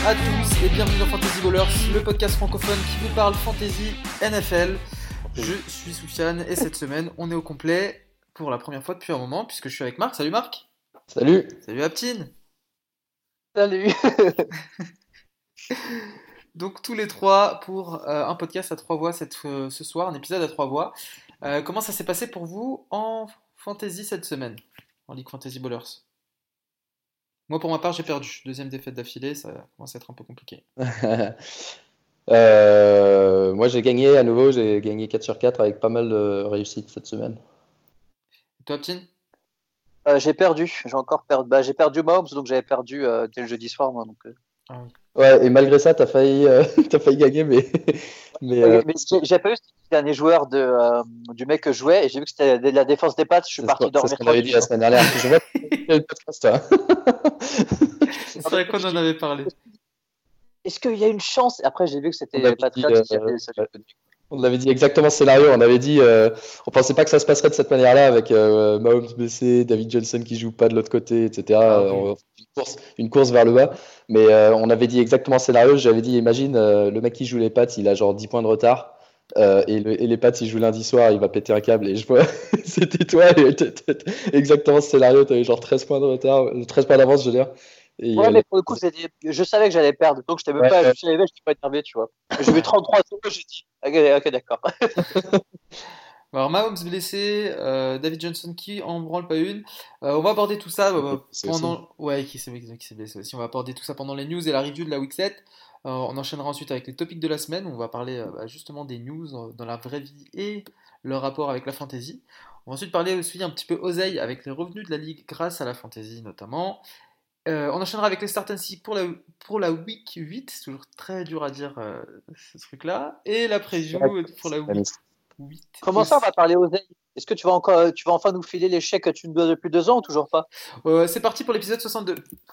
à tous et bienvenue dans Fantasy Ballers, le podcast francophone qui vous parle Fantasy NFL. Je suis Soufiane et cette semaine on est au complet pour la première fois depuis un moment puisque je suis avec Marc. Salut Marc. Salut. Salut Aptine. Salut. Donc tous les trois pour un podcast à 3 voix ce soir, un épisode à 3 voix. Comment ça s'est passé pour vous en Fantasy cette semaine, en Ligue Fantasy Ballers? Moi pour ma part j'ai perdu, deuxième défaite d'affilée, ça commence à être un peu compliqué. Moi j'ai gagné à nouveau, j'ai gagné 4 sur 4 avec pas mal de réussite cette semaine. Et toi Aptine? J'ai perdu, j'ai encore perdu. J'ai perdu Mahomes, donc j'avais perdu dès le jeudi soir, moi. Donc, Ah oui. Ouais, et malgré ça t'as failli gagner, mais j'ai pas eu le dernier joueur du mec que je jouais, et j'ai vu que c'était de la défense des Pats, je suis parti dormir. C'est ce qu'on avait dit la semaine dernière. Je vois le podcast, toi. C'est vrai qu'on en avait parlé. Est-ce qu'il y a une chance? Après j'ai vu que c'était On Patriots. On avait dit exactement ce scénario, on avait dit on pensait pas que ça se passerait de cette manière-là avec Mahomes blessé, David Johnson qui joue pas de l'autre côté, etc. Une course vers le bas, mais on avait dit exactement ce scénario. J'avais dit imagine le mec qui joue les Pats, il a genre 10 points de retard et les Pats il joue lundi soir, il va péter un câble, et je vois c'était toi et exactement ce scénario, t'avais genre 13 points de retard, 13 points d'avance je veux dire. Et ouais, mais pour le coup, je savais que j'allais perdre, donc je n'étais pas énervé, tu vois. J'ai vu 33 secondes, j'ai dit, ok, d'accord. Alors Mahomes blessé, David Johnson qui en branle pas une. On va aborder tout ça pendant... Ouais, qui s'est blessé aussi. On va aborder tout ça pendant les news et la review de la Week 7. On enchaînera ensuite avec les topics de la semaine. Où on va parler justement des news dans la vraie vie et leur rapport avec la fantasy. On va ensuite parler aussi un petit peu oseille avec les revenus de la ligue grâce à la fantasy notamment. On enchaînera avec les start and sit pour la week 8, c'est toujours très dur à dire ce truc-là, et la preview pour la week 8. Comment ça on va parler oseille? Est-ce que tu vas enfin nous filer les chèques que tu nous dois depuis 2 ans ou toujours pas? C'est parti pour l'épisode 62.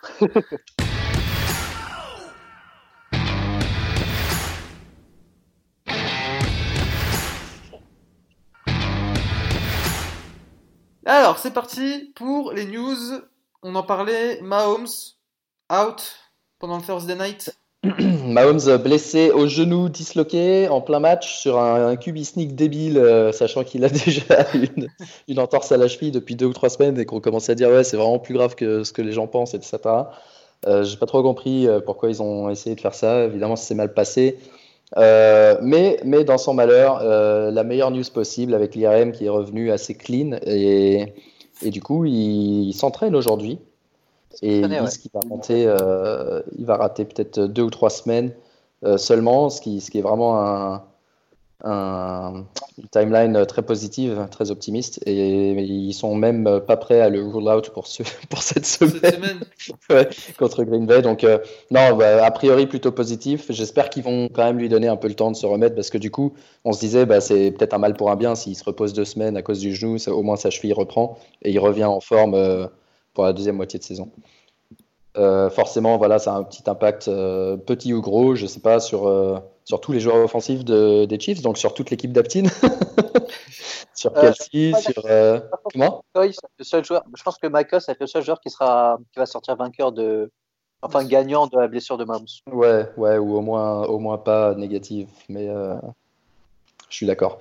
Alors, c'est parti pour les news. On en parlait, Mahomes out pendant le Thursday night. Mahomes blessé au genou, disloqué en plein match sur un QB sneak débile, sachant qu'il a déjà une entorse à la cheville depuis 2 ou 3 semaines et qu'on commençait à dire ouais c'est vraiment plus grave que ce que les gens pensent, etc. J'ai pas trop compris pourquoi ils ont essayé de faire ça. Évidemment ça s'est mal passé, mais dans son malheur, la meilleure news possible avec l'IRM qui est revenu assez clean et du coup il s'entraîne aujourd'hui. Et il dit qu'il il va rater peut-être 2 ou 3 semaines seulement, ce qui est vraiment une timeline très positive, très optimiste. Et ils sont même pas prêts à le rule out pour cette semaine. Ouais, contre Green Bay. Donc non, a priori plutôt positif. J'espère qu'ils vont quand même lui donner un peu le temps de se remettre, parce que du coup, on se disait c'est peut-être un mal pour un bien s'il se repose 2 semaines à cause du genou. Au moins sa cheville reprend et il revient en forme pour la deuxième moitié de saison. Forcément, voilà, ça a un petit impact, petit ou gros, je sais pas, sur tous les joueurs offensifs des Chiefs, donc sur toute l'équipe d'Aptine, sur Kelsey, sur comment? Oui, c'est le seul joueur. Je pense que Michael, c'est le seul joueur qui va sortir vainqueur gagnant de la blessure de Mahomes. Ouais, ou au moins pas négative, mais je suis d'accord.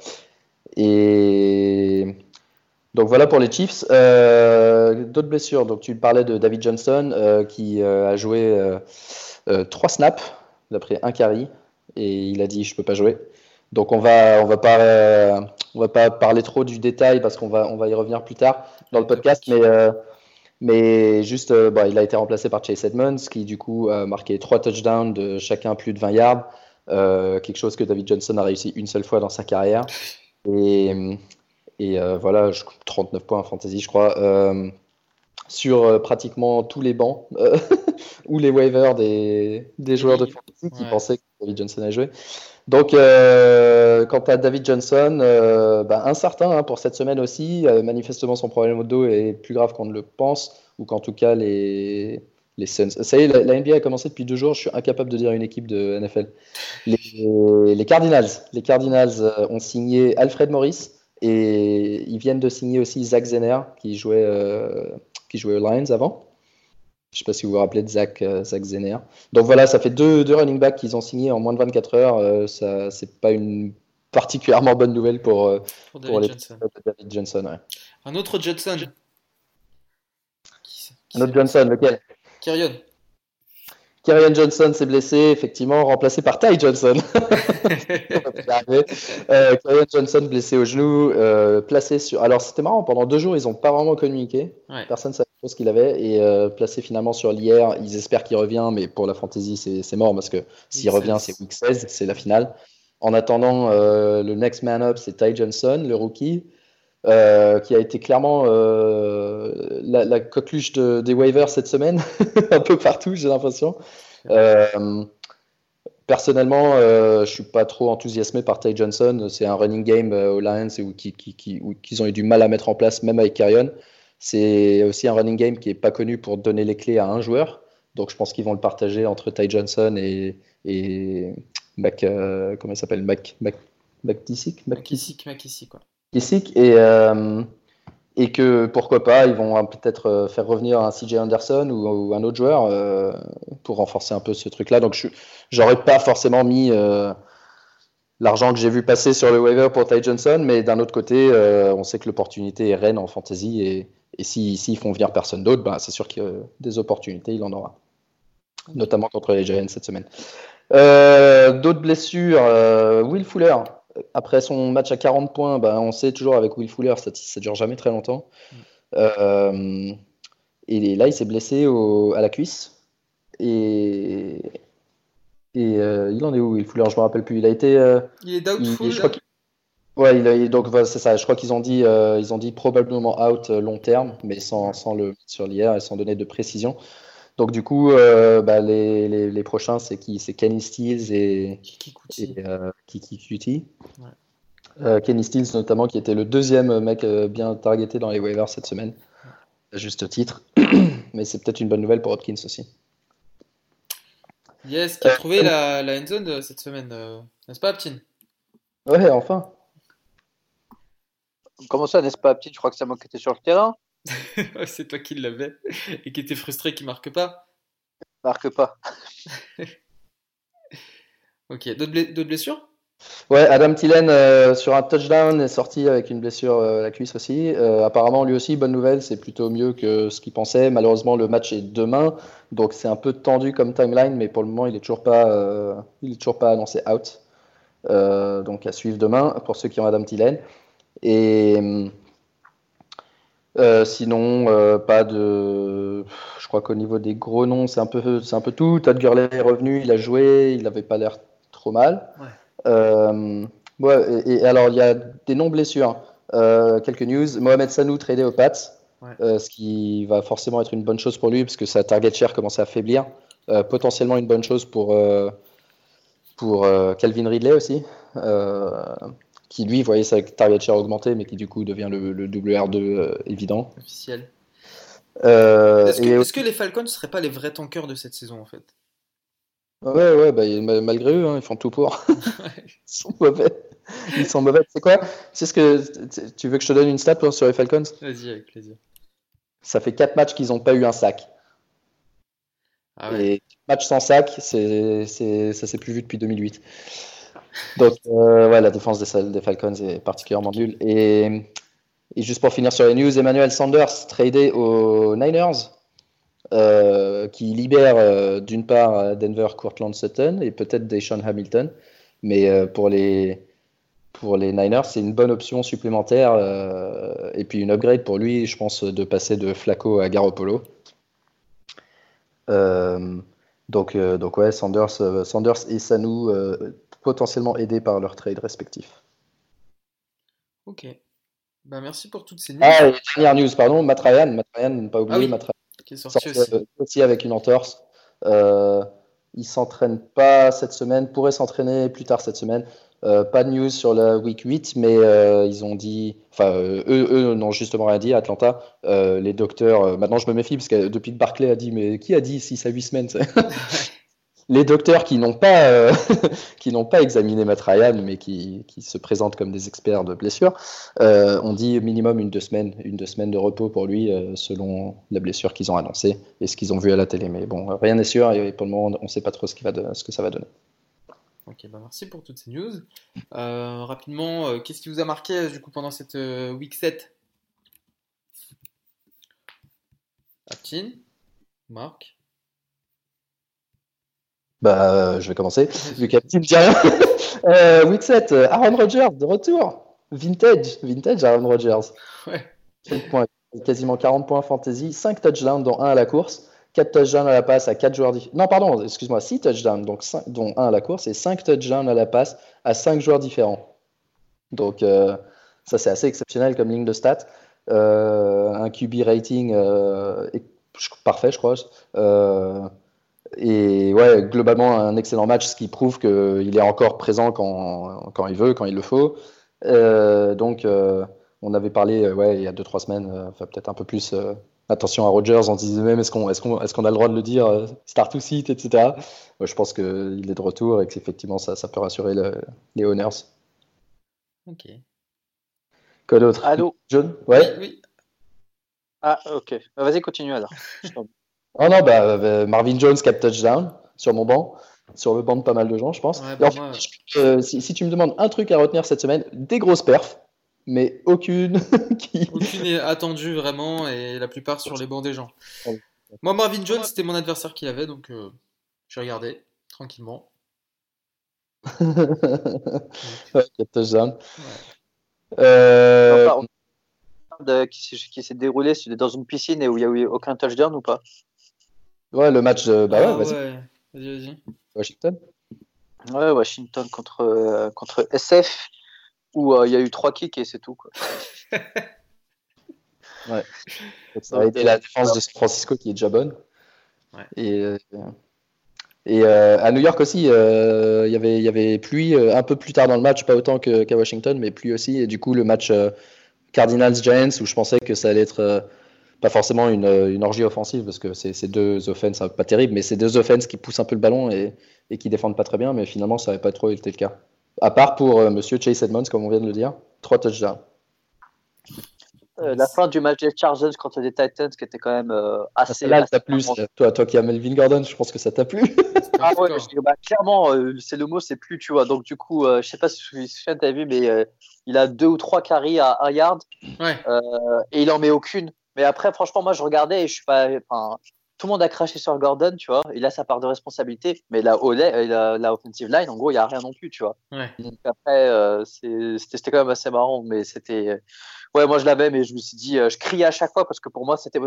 Et donc voilà pour les Chiefs. D'autres blessures. Donc tu parlais de David Johnson qui a joué 3 snaps, il a pris un carry et il a dit je peux pas jouer. Donc on va pas parler trop du détail parce qu'on va y revenir plus tard dans le podcast, mais juste il a été remplacé par Chase Edmonds qui du coup a marqué 3 touchdowns de chacun plus de 20 yards, quelque chose que David Johnson a réussi une seule fois dans sa carrière. Et voilà, 39 points en fantasy, je crois, sur pratiquement tous les bancs ou les waivers des joueurs de fantasy qui pensaient que David Johnson allait jouer. Donc, quant à David Johnson, incertain pour cette semaine aussi. Manifestement, son problème au dos est plus grave qu'on ne le pense, ou qu'en tout cas, les Suns. Ça y est, la NBA a commencé depuis 2 jours, je suis incapable de dire une équipe de NFL. Les Cardinals. Les Cardinals ont signé Alfred Morris. Et ils viennent de signer aussi Zach Zenner, qui jouait aux Lions avant. Je ne sais pas si vous vous rappelez de Zach Zener. Donc voilà, ça fait deux running backs qu'ils ont signés en moins de 24 heures. Ça, c'est pas une particulièrement bonne nouvelle pour David les Johnson. David Johnson. Ouais. Un autre Johnson. Un autre Johnson, lequel? Kerryon. Kerryon Johnson s'est blessé, effectivement, remplacé par Ty Johnson. Kerryon Johnson blessé au genou, placé sur. Alors c'était marrant, pendant 2 jours, ils n'ont pas vraiment communiqué. Ouais. Personne ne savait ce qu'il avait. Et placé finalement sur l'IR, ils espèrent qu'il revient, mais pour la fantasy, c'est mort parce que s'il revient, c'est week 16, c'est la finale. En attendant, le next man up, c'est Ty Johnson, le rookie. Qui a été clairement la coqueluche des waivers cette semaine, un peu partout, j'ai l'impression. Personnellement, je suis pas trop enthousiasmé par Ty Johnson. C'est un running game aux Lions qu'ils ont eu du mal à mettre en place, même avec Kerryon. C'est aussi un running game qui est pas connu pour donner les clés à un joueur. Donc je pense qu'ils vont le partager entre Ty Johnson et comment il s'appelle, McKissick, quoi. Et que pourquoi pas, ils vont peut-être faire revenir un CJ Anderson ou un autre joueur pour renforcer un peu ce truc-là. Donc j'aurais pas forcément mis l'argent que j'ai vu passer sur le waiver pour Ty Johnson, mais d'un autre côté, on sait que l'opportunité est reine en fantasy et s'ils font venir personne d'autre, c'est sûr que des opportunités, il en aura. Notamment contre les Giants cette semaine. D'autres blessures, Will Fuller. Après son match à 40 points, on sait toujours avec Will Fuller, ça dure jamais très longtemps. Et là, il s'est blessé à la cuisse. Et il en est où, Will Fuller? Je me rappelle plus. Il a été. Il est doubtful. Donc c'est ça. Je crois qu'ils ont dit probablement out long terme, mais sans le mettre sur l'IR et sans donner de précision. Donc du coup, les prochains, c'est qui? C'est Kenny Stills et Kiki Kuti. Ouais. Kenny Stills notamment, qui était le deuxième mec bien targeté dans les waivers cette semaine, à juste titre. Mais c'est peut-être une bonne nouvelle pour Hopkins aussi. Yes, qui a trouvé la end zone cette semaine, n'est-ce pas, Aptin? Ouais, enfin. Comment ça, n'est-ce pas, Aptin? Je crois que c'est moi qui étais sur le terrain. C'est toi qui l'avais et qui était frustré qu'il marque pas. Marque pas. Ok, d'autres blessures? Ouais, Adam Thielen sur un touchdown est sorti avec une blessure à la cuisse aussi. Apparemment, lui aussi, bonne nouvelle, c'est plutôt mieux que ce qu'il pensait. Malheureusement, le match est demain, donc c'est un peu tendu comme timeline, mais pour le moment, il est toujours pas annoncé out. Donc à suivre demain pour ceux qui ont Adam Thielen. Et sinon, pas de. Je crois qu'au niveau des gros noms, c'est un peu tout. Todd Gurley est revenu, il a joué, il n'avait pas l'air trop mal. Et alors, il y a des non-blessures. Quelques news. Mohamed Sanu tradé aux Pats, ce qui va forcément être une bonne chose pour lui, parce que sa target share commence à affaiblir. Potentiellement une bonne chose pour Calvin Ridley aussi. Qui lui voyait sa target share augmenter, mais qui du coup devient le WR2 évident. Officiel. Est-ce que les Falcons ne seraient pas les vrais tankers de cette saison en fait? Ouais, malgré eux, ils font tout pour. Ils sont mauvais. C'est quoi? Tu veux que je te donne une stat sur les Falcons? Vas-y, avec plaisir. Ça fait 4 matchs qu'ils n'ont pas eu un sac. Ah ouais. Et match sans sac, ça s'est plus vu depuis 2008. Donc, la défense des Falcons est particulièrement nulle. Et juste pour finir sur les news, Emmanuel Sanders tradé aux Niners, qui libère d'une part Denver Courtland Sutton et peut-être Deshaun Hamilton. Mais pour les Niners, c'est une bonne option supplémentaire. Et puis une upgrade pour lui, je pense, de passer de Flacco à Garoppolo. Donc ouais, Sanders et Sanu potentiellement aidés par leurs trades respectifs. Ok. Merci pour toutes ces news. Et dernière news, pardon, Matt Ryan, ne pas oublier, Matt Ryan, qui est sorti aussi avec une entorse. Il s'entraîne pas cette semaine, pourrait s'entraîner plus tard cette semaine. Pas de news sur la week 8, mais ils ont dit, eux n'ont justement rien dit à Atlanta. Les docteurs, maintenant je me méfie parce que depuis que Barclay a dit, mais qui a dit 6 à 8 semaines Les docteurs qui n'ont pas, qui n'ont pas examiné Matt Ryan, mais qui se présentent comme des experts de blessures, ont dit minimum une 2 semaines de repos pour lui, selon la blessure qu'ils ont annoncée et ce qu'ils ont vu à la télé. Mais bon, rien n'est sûr et pour le moment, on ne sait pas trop ce que ça va donner. Ok, bah merci pour toutes ces news. Rapidement, qu'est-ce qui vous a marqué du coup pendant cette week 7? Aptin, Marc. Bah, je vais commencer. Vu qu'Aptin dit rien. Week 7, Aaron Rodgers de retour. Vintage Aaron Rodgers. Ouais. 7 points, quasiment 40 points fantasy, 5 touchdowns, dont 1 à la course, 4 touchdowns à la passe à 4 joueurs différents. Non, pardon, excuse-moi, 6 touchdowns, donc dont 1 à la course, et 5 touchdowns à la passe à 5 joueurs différents. Donc, ça, c'est assez exceptionnel comme ligne de stats. Un QB rating parfait, je crois. Et ouais, globalement, un excellent match, ce qui prouve qu'il est encore présent quand il veut, quand il le faut. Donc, on avait parlé il y a 2-3 semaines, enfin peut-être un peu plus. Attention à Rodgers, on disait même est-ce qu'on a le droit de le dire, start ou sit, etc. Je pense qu'il est de retour et qu'effectivement ça peut rassurer les owners. Ok. Quoi d'autre? Allô? John? Ouais. Oui. Ah, ok. Vas-y, continue alors. Oh non, Marvin Jones, 4 touchdowns sur mon banc. Sur le banc de pas mal de gens, je pense. Ouais, Et enfin, si tu me demandes un truc à retenir cette semaine, des grosses perfs, mais aucune Aucune est attendue vraiment, et la plupart sur les bancs des gens. Moi, Marvin Jones, c'était mon adversaire qui l'avait, donc j'ai regardé tranquillement. Ouais, 4 touchdowns. Qui s'est déroulé dans une piscine et où il n'y a eu aucun touchdown ou pas? Ouais, le match, vas-y. Ouais. Vas-y. Washington. Ouais, Washington contre SF, où il y a eu 3 kicks et c'est tout, quoi. Ouais. Ça a été la défense de San Francisco qui est déjà bonne. Ouais. Et à New York aussi, il y avait pluie un peu plus tard dans le match, pas autant qu'à Washington, mais pluie aussi. Et du coup, le match Cardinals-Giants, où je pensais que ça allait être pas forcément une orgie offensive, parce que c'est deux offenses pas terribles, mais c'est deux offenses qui poussent un peu le ballon et qui défendent pas très bien, mais finalement, ça n'avait pas trop été le cas. À part pour monsieur Chase Edmonds, comme on vient de le dire, 3 touchdowns. La fin du match des Chargers contre les Titans, qui était quand même assez. Là, t'a plu, toi qui as Melvin Gordon, je pense que ça t'a plu. Ah ouais, clairement, c'est le mot, c'est plus, tu vois. Donc, du coup, je sais pas si tu as vu, mais il a 2 ou 3 carries à 1 yard. Ouais. Et il en met aucune. Mais après, franchement, moi, je regardais et je suis pas. Enfin, tout le monde a craché sur Gordon, tu vois. Il a sa part de responsabilité. Mais la offensive line, en gros, il n'y a rien non plus, tu vois. Ouais. Donc après, c'était quand même assez marrant. Mais c'était. Ouais, moi, je l'avais, mais je me suis dit, je criais à chaque fois parce que pour moi, c'était.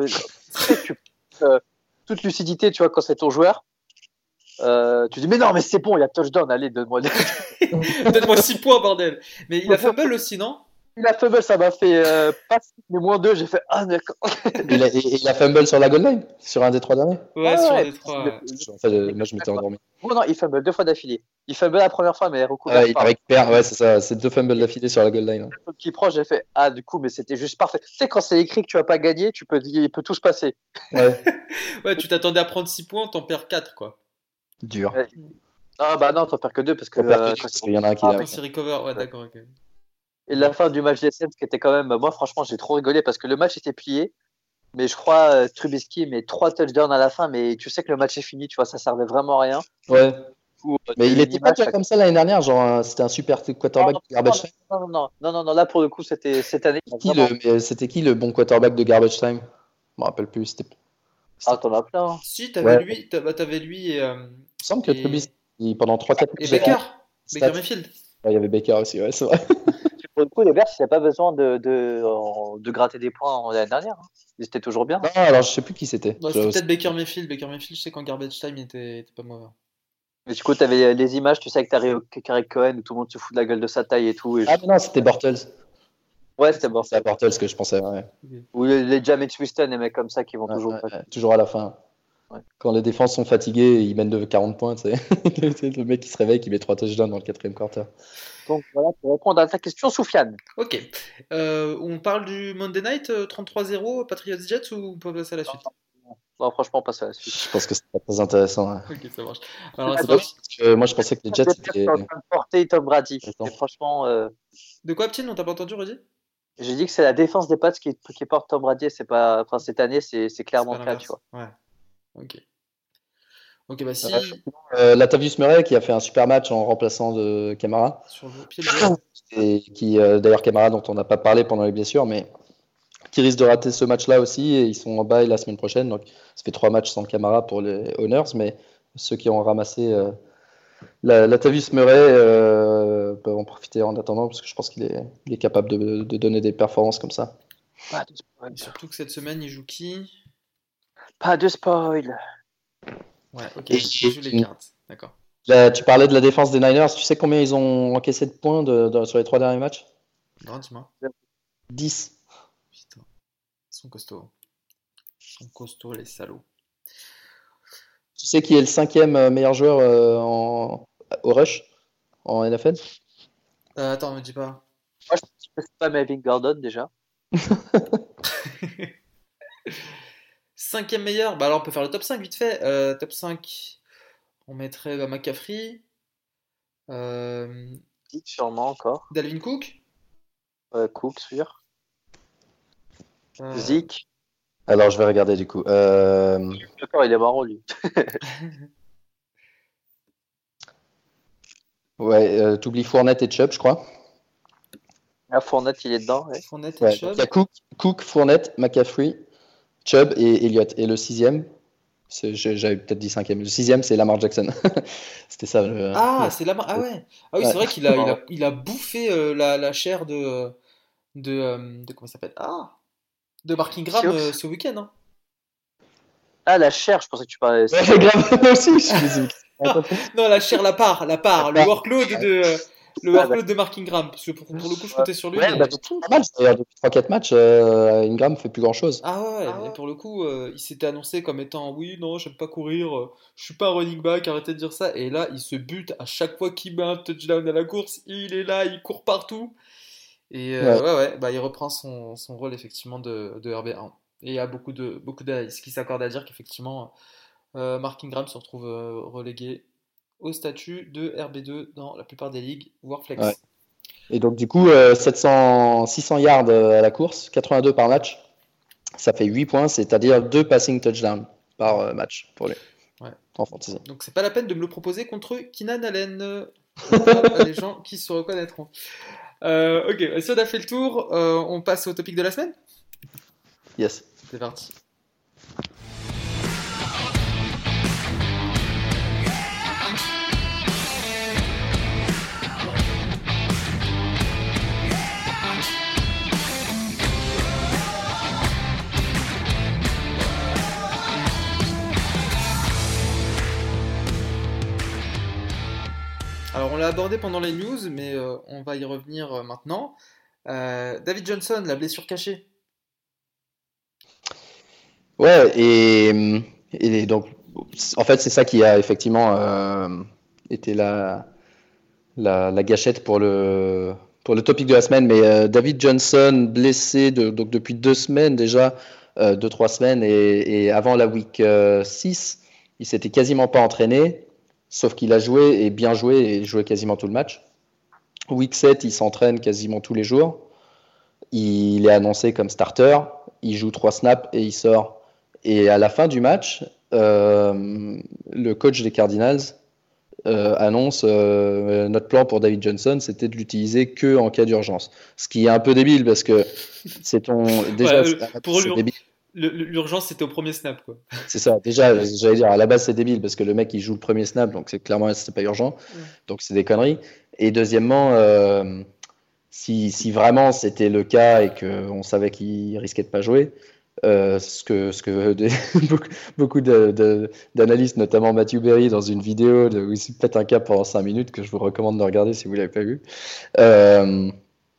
Toute lucidité, tu vois, quand c'est ton joueur. Tu dis, mais non, mais c'est bon, il y a touchdown, allez, donne-moi. Donne-moi 6 points, bordel. Mais il a fumble aussi, non? Il a fumble, ça m'a fait pas mais -2, j'ai fait ah d'accord. Il a fumble sur la goal line, sur un des 3 derniers. Ouais, sur un des 3. Moi, je m'étais endormi. Non, il fumble 2 fois d'affilée. Il fumble la première fois, mais recouvert il récupère, ouais, c'est ça, c'est 2 fumbles d'affilée sur la goal line. Qui prend, j'ai fait ah du coup, mais c'était juste parfait. Tu sais, quand c'est écrit que tu vas pas gagner, il peut tout se passer. Ouais. Ouais, tu t'attendais à prendre 6 points, t'en perds 4, quoi. Dur. Ouais. Ah bah non, t'en perds que 2 parce que il y en a un qui quand c'est recover, ouais, d'accord, ok. Et la fin du match des Saints qui était quand même, moi franchement, j'ai trop rigolé parce que le match était plié. Mais je crois Trubisky met 3 touchdowns à la fin, mais tu sais que le match est fini, tu vois, ça servait vraiment à rien. Ouais. Mais il était pas déjà comme ça l'année dernière, genre c'était un super quarterback de Garbage Time. Non, là pour le coup c'était cette année. C'était qui le bon quarterback de Garbage Time? Je me rappelle plus. Ah, t'en as plein. Hein. Si, t'avais lui et. Il me semble que Trubisky, pendant 3-4 Et Baker Mayfield. Ouais, il y avait Baker aussi, ouais, c'est vrai. Pour le coup, les Bears, il n'a pas besoin de gratter des points l'année dernière. Hein. Ils étaient toujours bien. Non, alors je sais plus qui c'était. C'était peut-être Baker Mayfield. Baker Mayfield, je sais qu'en Garbage Time, il était pas mauvais. Mais du coup, tu avais les images, tu sais, que t'arrives au Carrick Cohen où tout le monde se fout de la gueule de sa taille et tout. Ah, non, c'était Bortles. Ouais, c'était Bortles. C'est à Bortles que je pensais, ouais. Okay. Ou les Jameis Winston, les mecs comme ça qui vont toujours à la fin. Ouais. Quand les défenses sont fatiguées, ils mènent de 40 points, tu sais. Le mec qui se réveille, qui met 3 touchdowns dans le 4e quarter. Donc voilà, pour répondre à ta question, Soufiane. Ok. On parle du Monday Night 33-0, Patriots Jets, ou on peut passer à la suite? Non, franchement, on passe à la suite. Je pense que c'est pas très intéressant. Ouais. Ok, ça marche. Alors, C'est ça va. Moi, je pensais que les Jets étaient. en train de porter Tom Brady. Attends. Et franchement, De quoi, Ptine? On t'a pas entendu, redis? j'ai dit que c'est la défense des Pats qui porte Tom Brady. C'est pas, enfin, cette année, c'est C'est clairement pas le cas, l'inverse. tu vois. Ouais. Ok. Ok, bah si. Latavius Murray qui a fait un super match en remplaçant de Camara. Sur le pied de jeu. Et qui, d'ailleurs, Camara dont on n'a pas parlé pendant les blessures, mais qui risque de rater ce match-là aussi. Et ils sont en bail la semaine prochaine. Donc, ça fait 3 matchs sans Camara pour les Owners. Mais ceux qui ont ramassé Latavius Murray peuvent en profiter en attendant, parce que je pense il est capable de donner des performances comme ça. Pas de spoil. Et surtout que cette semaine, il joue qui? Pas de spoil. Ouais, ok. Et- Il joue les cartes. D'accord. Là, tu parlais de la défense des Niners. Tu sais combien ils ont encaissé de points sur les 3 derniers matchs? Non, dis-moi. 10. Putain. Ils sont costauds. Ils sont costauds, les salauds. Tu sais qui est le 5e meilleur joueur au rush en NFL? Attends, me dis pas. Moi, je pense que c'est pas Melvin Gordon déjà. 5e meilleur? Bah alors on peut faire le top 5 vite fait. Top 5, on mettrait McCaffrey, euh, Sûrement encore. Dalvin Cook, Cook, sûr. euh, Zeke. Alors, je vais regarder du coup. D'accord, il est marrant, lui. Ouais, t'oublies Fournette et Chubb, je crois. Ah, Fournette, il est dedans. Ouais. Fournette et Ouais, Chubb. donc il y a Cook, Fournette, McCaffrey, Chubb et Elliott. Et le 6e, j'avais peut-être dit 5e. Le 6e, c'est Lamar Jackson. C'était ça. Ah, c'est Lamar. Ah ouais. Ah oui, Ouais. c'est vrai qu'il a bouffé la chair de comment il s'appelle? Ah, de Mark Ingram Seahawks. ce week-end. Hein. Ah, la chair, je pensais que tu parlais. Ouais, grave, moi aussi, je suis désolé. Non, la chair, la part, le workload le Ah, workload de Mark Ingram. Parce que pour le coup, je comptais sur lui. Ouais, mais- bah, c'est pas mal, d'ailleurs, depuis 3-4 matchs, Ingram fait plus grand chose. Ah ouais, mais pour le coup, il s'était annoncé comme étant oui, non, j'aime pas courir, je suis pas un running back, arrêtez de dire ça. Et là, il se bute à chaque fois qu'il met un touchdown à la course, il est là, il court partout. Et Ouais. ouais, bah, il reprend son rôle effectivement de RB1. Et il y a beaucoup d'analyses qui s'accordent à dire qu'effectivement, Mark Ingram se retrouve relégué au statut de RB2 dans la plupart des ligues, voire flex. Ouais. Et donc, du coup, 600 yards à la course, 82 par match. Ça fait 8 points, c'est-à-dire 2 passing touchdowns par match pour les Ouais. en fantasy. Donc c'est pas la peine de me le proposer contre Keenan Allen. Voilà, les gens qui se reconnaîtront. Ok, si on a fait le tour, on passe au topic de la semaine. Yes. C'est parti. Alors on l'a abordé pendant les news, mais on va y revenir maintenant. David Johnson, la blessure cachée. Ouais, et donc, en fait, c'est ça qui a effectivement été la gâchette pour le topic de la semaine. Mais David Johnson, blessé donc depuis 2 semaines déjà, 2-3 semaines, et avant la week 6, il s'était quasiment pas entraîné, sauf qu'il a joué et bien joué, et joué quasiment tout le match. Week 7, il s'entraîne quasiment tous les jours. Il est annoncé comme starter, il joue 3 snaps et il sort. Et à la fin du match, le coach des Cardinals annonce notre plan pour David Johnson, c'était de l'utiliser que en cas d'urgence. Ce qui est un peu débile parce que c'est déjà Ouais, pour c'est lui, débile. l'urgence c'était au premier snap quoi. C'est ça. Déjà, j'allais dire à la base c'est débile parce que le mec il joue le premier snap, donc c'est clairement c'est pas urgent. Ouais. Donc c'est des conneries. Et deuxièmement, si vraiment c'était le cas et qu'on savait qu'il risquait de pas jouer, ce que beaucoup d'analystes, notamment Matthew Berry, dans une vidéo où il pète un câble pendant 5 minutes, que je vous recommande de regarder si vous ne l'avez pas vu,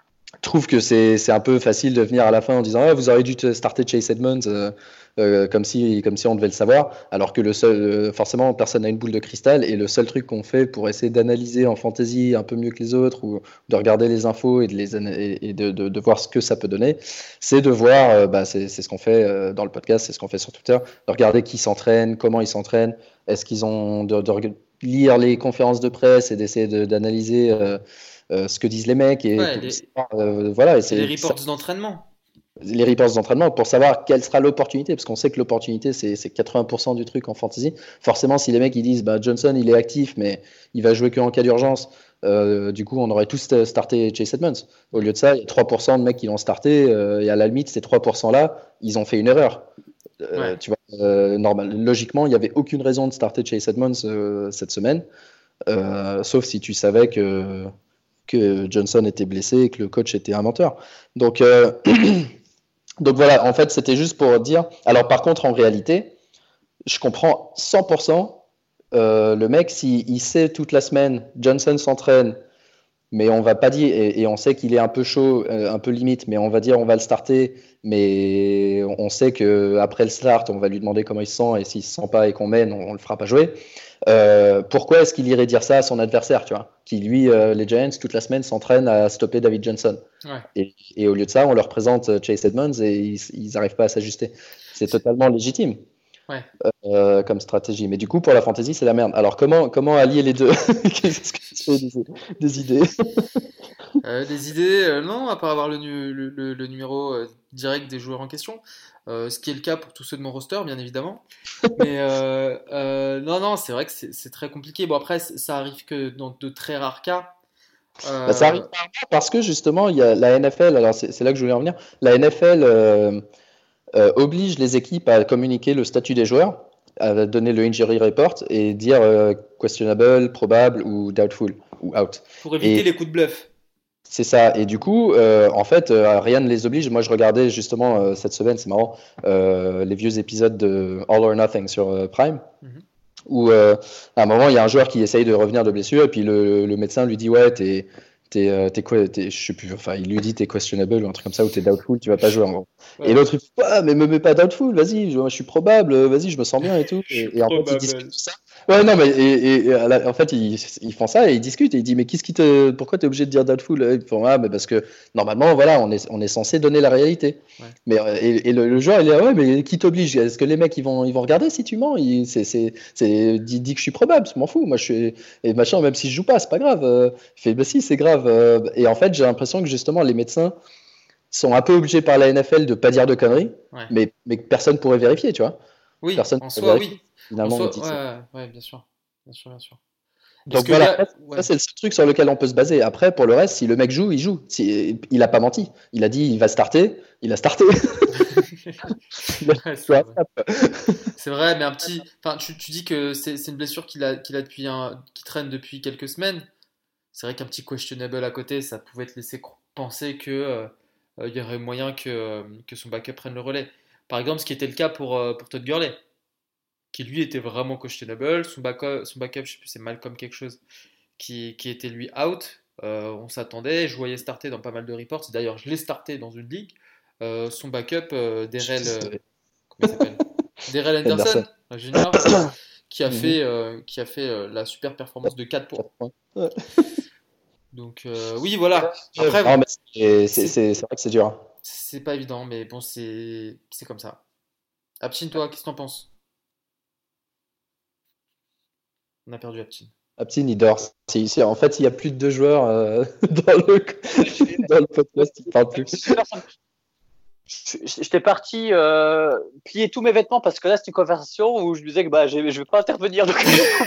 trouve que c'est un peu facile de venir à la fin en disant vous auriez dû starter Chase Edmonds comme si on devait le savoir, alors que forcément personne n'a une boule de cristal et le seul truc qu'on fait pour essayer d'analyser en fantasy un peu mieux que les autres ou de regarder les infos et de voir ce que ça peut donner, c'est de voir, c'est ce qu'on fait dans le podcast, c'est ce qu'on fait sur Twitter, de regarder qui s'entraîne, comment ils s'entraînent, est-ce qu'ils ont de lire les conférences de presse et d'essayer d'analyser ce que disent les mecs et voilà, et les reports d'entraînement. Les reports d'entraînement pour savoir quelle sera l'opportunité, parce qu'on sait que l'opportunité c'est 80% du truc en fantasy. Forcément, si les mecs ils disent Johnson il est actif mais il va jouer qu'en cas d'urgence, du coup on aurait tous starté Chase Edmonds. Au lieu de ça, il y a 3% de mecs qui l'ont starté et à la limite ces 3% là ils ont fait une erreur. Tu vois, logiquement il n'y avait aucune raison de starter Chase Edmonds cette semaine, sauf si tu savais que Johnson était blessé et que le coach était un menteur. Donc voilà, en fait, c'était juste pour dire. Alors, par contre, en réalité, je comprends 100%. Le mec, s'il sait toute la semaine, Johnson s'entraîne, mais on va pas dire, et on sait qu'il est un peu chaud, un peu limite, mais on va dire on va le starter, mais on sait qu'après le start, on va lui demander comment il se sent, et s'il se sent pas et qu'on mène, on le fera pas jouer. Pourquoi est-ce qu'il irait dire ça à son adversaire, tu vois, qui lui, les Giants, toute la semaine s'entraînent à stopper David Johnson. Et au lieu de ça, on leur présente Chase Edmonds et ils n'arrivent pas à s'ajuster. C'est totalement légitime comme stratégie. Mais du coup, pour la fantasy, c'est la merde. Alors, comment allier les deux? Qu'est-ce que tu fais des idées? Des idées, non, à part avoir le numéro direct des joueurs en question. Ce qui est le cas pour tous ceux de mon roster, bien évidemment. Mais non, c'est vrai que c'est très compliqué. Bon, après, ça arrive que dans de très rares cas. Ça arrive parce que justement, il y a la NFL, alors c'est là que je voulais en venir, la NFL oblige les équipes à communiquer le statut des joueurs, à donner le injury report et dire questionable, probable ou doubtful ou out. Pour éviter les coups de bluff. C'est ça. Et du coup, en fait, rien ne les oblige. Moi, je regardais justement cette semaine, c'est marrant, les vieux épisodes de All or Nothing sur Prime, où à un moment, il y a un joueur qui essaye de revenir de blessure, et puis le médecin lui dit ouais, t'es quoi, je sais plus, enfin, il lui dit t'es questionable ou un truc comme ça, ou t'es doubtful, tu vas pas jouer en gros. Et l'autre il dit mais me mets pas doubtful, vas-y, je suis probable, vas-y, je me sens bien et tout. Et en fait, ils discutent tout ça. Ouais, non, mais en fait, ils font ça et ils discutent et ils disent mais pourquoi t'es obligé de dire doubtful? Ils font mais parce que normalement, voilà, on est censé donner la réalité. Mais le joueur il est ouais, mais qui t'oblige? Est-ce que les mecs ils vont regarder si tu mens? Dis que je suis probable, je m'en fous. Moi, et machin, même si je joue pas, c'est pas grave. Il fait bah si, c'est grave. Et en fait, j'ai l'impression que justement les médecins sont un peu obligés par la NFL de pas dire de conneries, mais que personne pourrait vérifier, tu vois. Oui, personne en soi, oui. Finalement, ouais, bien sûr. Donc voilà, ça c'est le seul truc sur lequel on peut se baser. Après, pour le reste, si le mec joue, il joue. Il a pas menti. Il a dit il va starter, il a starté. C'est vrai, mais enfin, tu dis que c'est une blessure qu'il a qui traîne depuis quelques semaines. C'est vrai qu'un petit questionable à côté, ça pouvait te laisser penser que il y aurait moyen que son backup prenne le relais. Par exemple, ce qui était le cas pour Todd Gurley, qui lui était vraiment questionable. Son backup, je sais plus, c'est Malcolm quelque chose, qui était lui out. On s'attendait, je voyais starter dans pas mal de reports. D'ailleurs, je l'ai starté dans une ligue. Son backup, Darrell, comment il s'appelle? Darrell Henderson, un junior, qui a fait la super performance de 4 points. Donc oui, voilà. Après, c'est vrai que c'est dur. C'est pas évident, mais bon, c'est comme ça. Aptin, toi, qu'est-ce que t'en penses? On a perdu Aptin. Aptin, il dort. En fait, il y a plus de 2 joueurs dans le podcast, il parle plus. J'étais parti plier tous mes vêtements parce que là, c'est une conversation où je me disais que je vais pas intervenir. Donc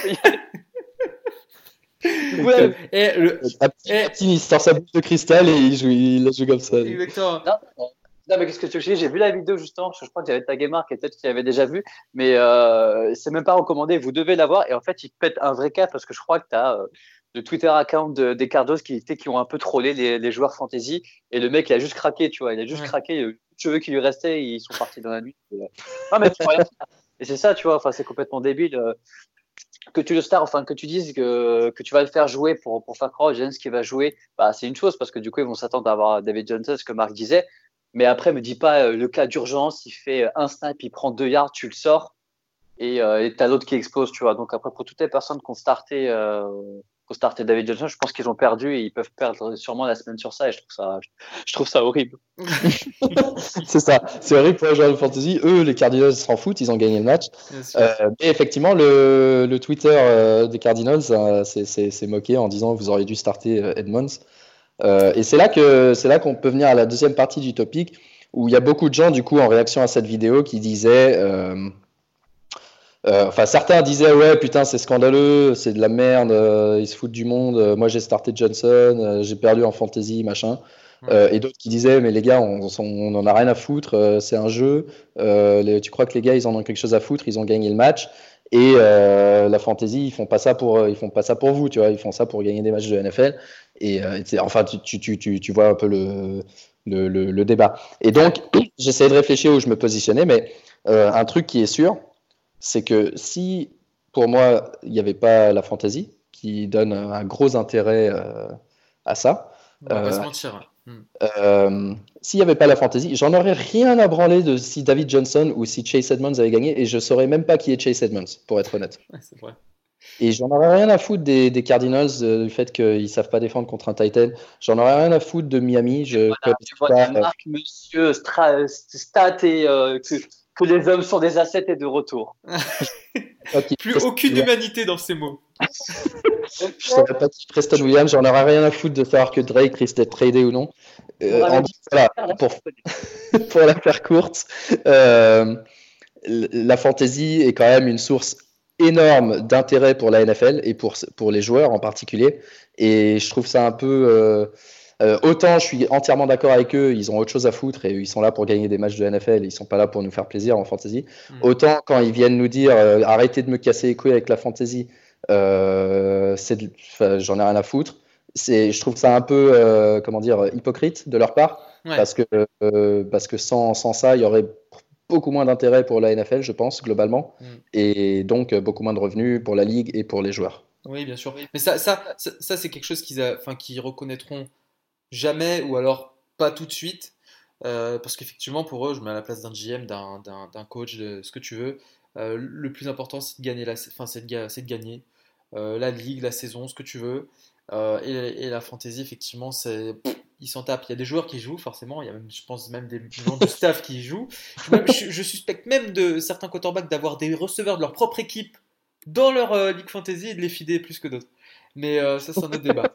Aptin, il sort sa boule de cristal et il la joue comme ça. Exactement. Non, mais qu'est-ce que tu veux que j'ai vu la vidéo justement, je crois qu'il y avait tagué Marc et peut-être qu'il avait déjà vu, mais c'est même pas recommandé, vous devez l'avoir. Et en fait, il pète un vrai cas parce que je crois que tu as le Twitter account des Cardos qui ont un peu trollé les joueurs fantasy et le mec il a juste craqué, tu vois, il a juste craqué, les cheveux qui lui restaient, ils sont partis dans la nuit. Non, mais tu vois, et c'est ça, tu vois, enfin, c'est complètement débile. que tu le star, enfin que tu dises que tu vas le faire jouer pour faire croire aux Giants qu'il va jouer, bah, c'est une chose parce que du coup ils vont s'attendre à avoir David Johnson, ce que Marc disait. Mais après, me dis pas le cas d'urgence, il fait un snap, il prend 2 yards, tu le sors et t'as l'autre qui explose, tu vois. Donc après, pour toutes les personnes qui ont starté David Johnson, je pense qu'ils ont perdu et ils peuvent perdre sûrement la semaine sur ça et je trouve ça horrible. C'est ça, c'est horrible pour les joueurs de fantasy. Eux, les Cardinals s'en foutent, ils ont gagné le match. Mais effectivement, le Twitter des Cardinals s'est moqué en disant vous auriez dû starter Edmonds. Et c'est là qu'on peut venir à la deuxième partie du topic où il y a beaucoup de gens du coup en réaction à cette vidéo qui disaient enfin certains disaient ouais putain c'est scandaleux, c'est de la merde, ils se foutent du monde, moi j'ai starté Johnson, j'ai perdu en fantasy machin. Et d'autres qui disaient mais les gars on en a rien à foutre, c'est un jeu, tu crois que les gars ils en ont quelque chose à foutre, ils ont gagné le match. Et la fantasy, ils font pas ça pour vous, tu vois, ils font ça pour gagner des matchs de NFL. Et enfin, tu vois un peu le débat. Et donc, j'essayais de réfléchir où je me positionnais, mais un truc qui est sûr, c'est que si, pour moi, il n'y avait pas la fantasy, qui donne un gros intérêt à ça, on va pas se mentir. s'il n'y avait pas la fantasy, j'en aurais rien à branler de si David Johnson ou si Chase Edmonds avait gagné, et je ne saurais même pas qui est Chase Edmonds, pour être honnête. Ouais, c'est vrai. Et j'en aurais rien à foutre des Cardinals, du fait qu'ils ne savent pas défendre contre un Titan. J'en aurais rien à foutre de Miami. Tu vois la marque, monsieur Stat et que les hommes sont des assets et de retour. Plus aucune humanité dans ces mots. Je ne saurais pas qui Preston Williams, j'en aurais rien à foutre de savoir que Drake risque d'être tradé ou non. Voilà, pour la faire courte, la fantasy est quand même une source énorme d'intérêt pour la NFL et pour les joueurs en particulier. Et je trouve ça un peu. Autant je suis entièrement d'accord avec eux, ils ont autre chose à foutre et ils sont là pour gagner des matchs de NFL, ils sont pas là pour nous faire plaisir en fantasy. Autant quand ils viennent nous dire arrêtez de me casser les couilles avec la fantasy, j'en ai rien à foutre. Je trouve ça un peu comment dire hypocrite de leur part, parce que sans ça il y aurait beaucoup moins d'intérêt pour la NFL, je pense, globalement, et donc beaucoup moins de revenus pour la ligue et pour les joueurs. Oui, bien sûr. Mais ça c'est quelque chose qu'ils reconnaîtront jamais ou alors pas tout de suite. Parce qu'effectivement, pour eux, je mets à la place d'un GM, d'un coach, de ce que tu veux. Le plus important, c'est de gagner c'est de gagner la ligue, la saison, ce que tu veux. Et la fantasy, effectivement, ils s'en tapent. Il y a des joueurs qui jouent, forcément. Il y a même, je pense, même des gens du staff qui y jouent. Je suspecte même de certains quarterbacks d'avoir des receveurs de leur propre équipe dans leur ligue fantasy et de les feeder plus que d'autres. Mais ça, c'est un autre débat.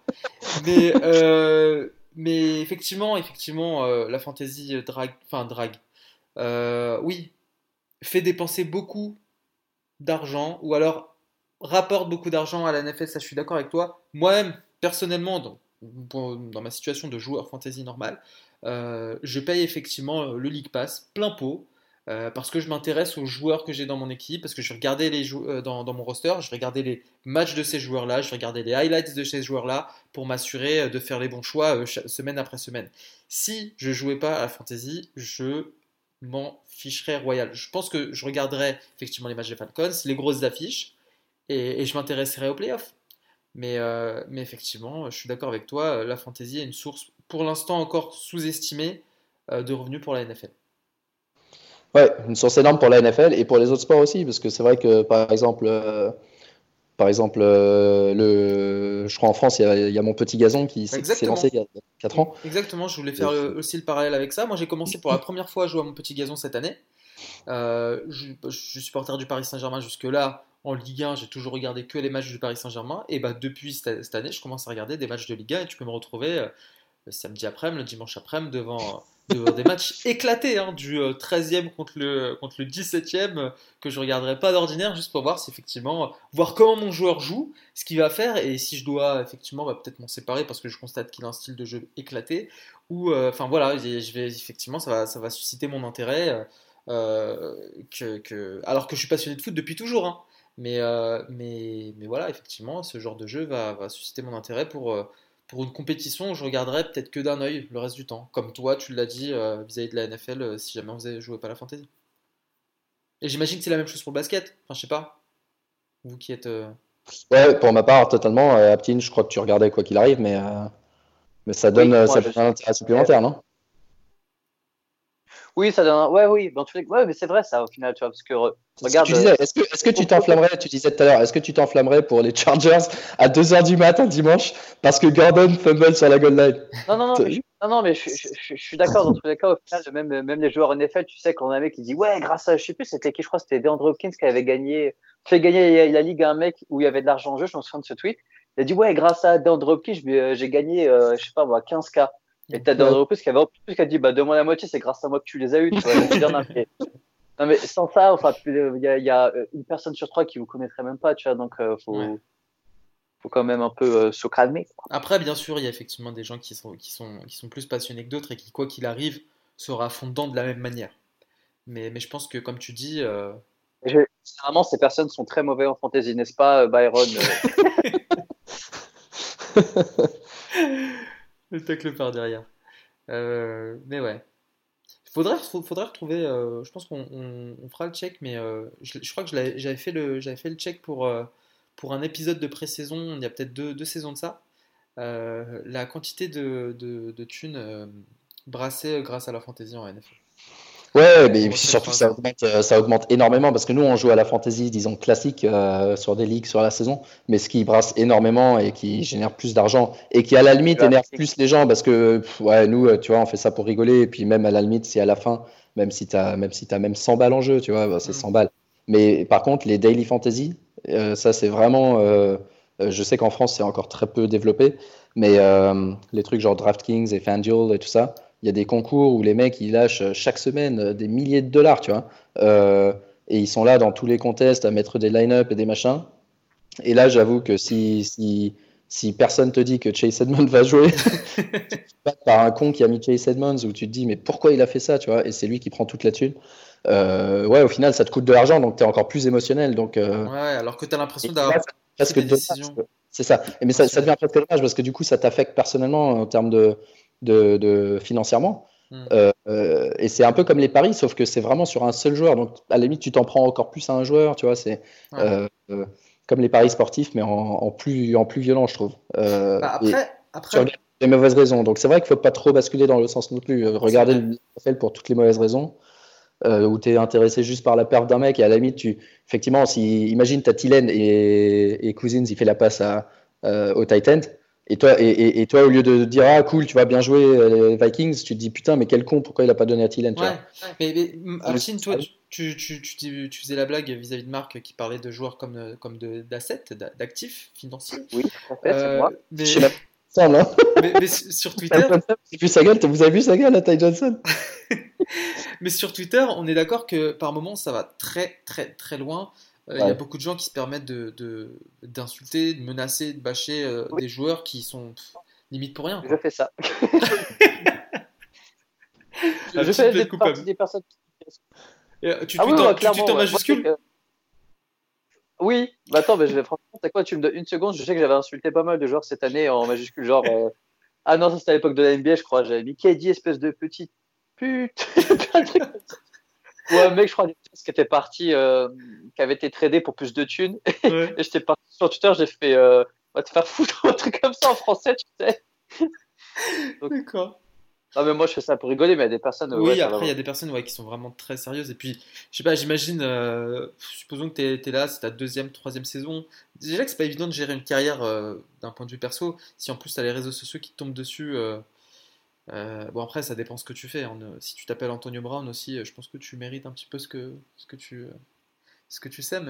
Mais effectivement, la fantasy drague. Oui, fait dépenser beaucoup d'argent ou alors rapporte beaucoup d'argent à la NFL, ça je suis d'accord avec toi. Moi-même, personnellement, dans ma situation de joueur fantasy normal, je paye effectivement le League Pass plein pot. Parce que je m'intéresse aux joueurs que j'ai dans mon équipe, parce que je vais regarder dans mon roster, je vais regarder les matchs de ces joueurs-là, je vais regarder les highlights de ces joueurs-là pour m'assurer de faire les bons choix semaine après semaine. Si je jouais pas à la fantasy, je m'en ficherais royal. Je pense que je regarderais effectivement les matchs des Falcons, les grosses affiches, et je m'intéresserais aux playoffs. Mais effectivement, je suis d'accord avec toi, la fantasy est une source pour l'instant encore sous-estimée de revenus pour la NFL. Ouais, une source énorme pour la NFL et pour les autres sports aussi, parce que c'est vrai que par exemple, je crois en France, il y a mon petit gazon qui s'est lancé il y a 4 ans. Exactement, je voulais faire aussi le parallèle avec ça. Moi, j'ai commencé pour la première fois à jouer à mon petit gazon cette année. Je suis supporter du Paris Saint-Germain jusque-là. En Ligue 1, j'ai toujours regardé que les matchs du Paris Saint-Germain. Et bah, depuis cette année, je commence à regarder des matchs de Ligue 1 et tu peux me retrouver le samedi après-midi, le dimanche après-midi devant des matchs éclatés, hein, du 13e contre le 17e que je regarderai pas d'ordinaire, juste pour voir si effectivement, voir comment mon joueur joue, ce qu'il va faire et si je dois effectivement peut-être m'en séparer parce que je constate qu'il a un style de jeu éclaté ou enfin voilà, je vais effectivement ça va susciter mon intérêt alors que je suis passionné de foot depuis toujours, hein. Mais voilà, effectivement, ce genre de jeu va susciter mon intérêt pour une compétition où je regarderais peut-être que d'un œil le reste du temps. Comme toi, tu l'as dit vis-à-vis de la NFL, si jamais vous jouez pas à la fantasy. Et j'imagine que c'est la même chose pour le basket. Enfin, je sais pas. Vous qui êtes. Ouais, pour ma part, totalement. Aptin, je crois que tu regardais quoi qu'il arrive, mais ça donne, Oui, ça moi, donne un intérêt supplémentaire, non? oui, ça donne. Ouais, oui, dans tous les... ouais, mais c'est vrai ça au final, tu vois, parce que C'est ce que tu regarde. disais. Est-ce que tu t'enflammerais, tu disais tout à l'heure, est-ce que tu t'enflammerais pour les Chargers à 2h du matin dimanche parce que Gordon fumble sur la goal line? Non, non, non, T'as mais vu? non, non, mais je suis d'accord dans tous les cas. Au final, même les joueurs NFL, tu sais, quand on a un mec qui dit ouais, grâce à, je sais plus, c'était qui, je crois, c'était DeAndre Hopkins qui avait fait gagner la ligue à un mec où il y avait de l'argent en jeu. Je me souviens de ce tweet. Il a dit ouais, grâce à DeAndre Hopkins, j'ai gagné, je sais pas moi, 15K. Et t'as Ouais. DeAndre Hopkins qui avait en plus qui a dit bah donne-moi la moitié, c'est grâce à moi que tu les as eu. Tu vois, je veux dire, non, mais sans ça, enfin, il y a une personne sur trois qui vous connaîtrait même pas, tu vois, donc Ouais. faut quand même un peu se calmer, quoi. Après, bien sûr, il y a effectivement des gens qui sont plus passionnés que d'autres et qui, quoi qu'il arrive, sera à fond dedans de la même manière. Mais je pense que, comme tu dis, Généralement, ces personnes sont très mauvais en fantasy, n'est-ce pas, Byron? le tacle par derrière. Mais ouais. Faudrait retrouver. Je pense qu'on fera le check, mais je crois que j'avais fait le check pour un épisode de pré-saison, il y a peut-être deux saisons de ça. La quantité de thunes brassées grâce à la fantasy en NFL. Ouais, mais On puis recheckera surtout ça. ça augmente énormément parce que nous on joue à la fantasy, disons classique sur des ligues sur la saison, mais ce qui brasse énormément et qui génère plus d'argent et qui à la limite énerve plus les gens parce que ouais nous tu vois on fait ça pour rigoler et puis même à la limite c'est à la fin même si t'as même 100 balles en jeu tu vois bah, c'est Hmm. 100 balles. Mais par contre les daily fantasy ça c'est vraiment je sais qu'en France c'est encore très peu développé, mais les trucs genre DraftKings et FanDuel et tout ça il y a des concours où les mecs ils lâchent chaque semaine des milliers de dollars, tu vois. Euh, et ils sont là dans tous les contests à mettre des line-up et des machins. Et là, j'avoue que si personne te dit que Chase Edmonds va jouer, par un con qui a mis Chase Edmonds, où tu te dis mais pourquoi il a fait ça, tu vois, et c'est lui qui prend toute la thune. Ouais, au final, ça te coûte de l'argent, donc tu es encore plus émotionnel. Donc, Ouais, alors que tu as et l'impression là, d'avoir c'est pris presque des dommage. décisions C'est ça. Mais ça rationnelles. devient presque dommage parce que du coup, ça t'affecte personnellement en termes de financièrement. Hmm. Et c'est un peu comme les paris, sauf que c'est vraiment sur un seul joueur. Donc, à la limite, tu t'en prends encore plus à un joueur, tu vois. C'est Ouais. euh, comme les paris sportifs, mais en plus violent, je trouve. Bah Et tu après, regardes les mauvaises raisons. Donc, c'est vrai qu'il ne faut pas trop basculer dans le sens non plus. c'est Regarder vrai. le NFL pour toutes les mauvaises raisons où tu es intéressé juste par la perte d'un mec et à la limite, effectivement, si, imagine, tu as Thielen et Cousins, il fait la passe au tight end. Et toi, au lieu de dire ah cool, tu vas bien jouer les Vikings, tu te dis putain, mais quel con, pourquoi il a pas donné à Thielen, tu Ouais. vois. Mais Ah, mais Aptine, toi, tu faisais la blague vis-à-vis de Marc qui parlait de joueurs comme d'assets, d'actifs financiers. Oui, tout à fait, c'est moi. je Mais, sais même pas si ça, non. mais sur Twitter, Vous avez vu sa gueule, Ty Johnson? mais sur Twitter, on est d'accord que par moments ça va très très très loin. Il y a Ouais. beaucoup de gens qui se permettent d'insulter, de menacer, de bâcher Oui, des joueurs qui sont limite pour rien, je quoi. fais ça. Je Aptine fais plaide partie coupable. des personnes. Et, Ah oui, ouais, tu tweets clairement, en ouais. Moi, je sais majuscule? que... Oui, bah attends, mais franchement, c'est quoi, tu me donnes une seconde, je sais que j'avais insulté pas mal de joueurs cette année en majuscule, genre. Ah non, ça c'était à l'époque de la NBA, je crois. J'avais mis KD, espèce de petite pute. Plein de trucs comme ça. Ou un mec, je crois, qui était parti, qui avait été tradé pour plus de thunes. Ouais, Et j'étais parti sur Twitter, j'ai fait, va te faire foutre, un truc comme ça en français, tu sais. Donc, d'accord. non, mais moi, je fais ça pour rigoler, mais il y a des personnes, ouais, Oui, ça va. après, il y a des personnes ouais, qui sont vraiment très sérieuses. Et puis, je sais pas, j'imagine, supposons que tu es là, c'est ta deuxième, troisième saison. Déjà que c'est pas évident de gérer une carrière d'un point de vue perso. Si en plus tu as les réseaux sociaux qui te tombent dessus. Bon, après, ça dépend ce que tu fais, hein. Si tu t'appelles Antonio Brown aussi, je pense que tu mérites un petit peu ce que tu sèmes,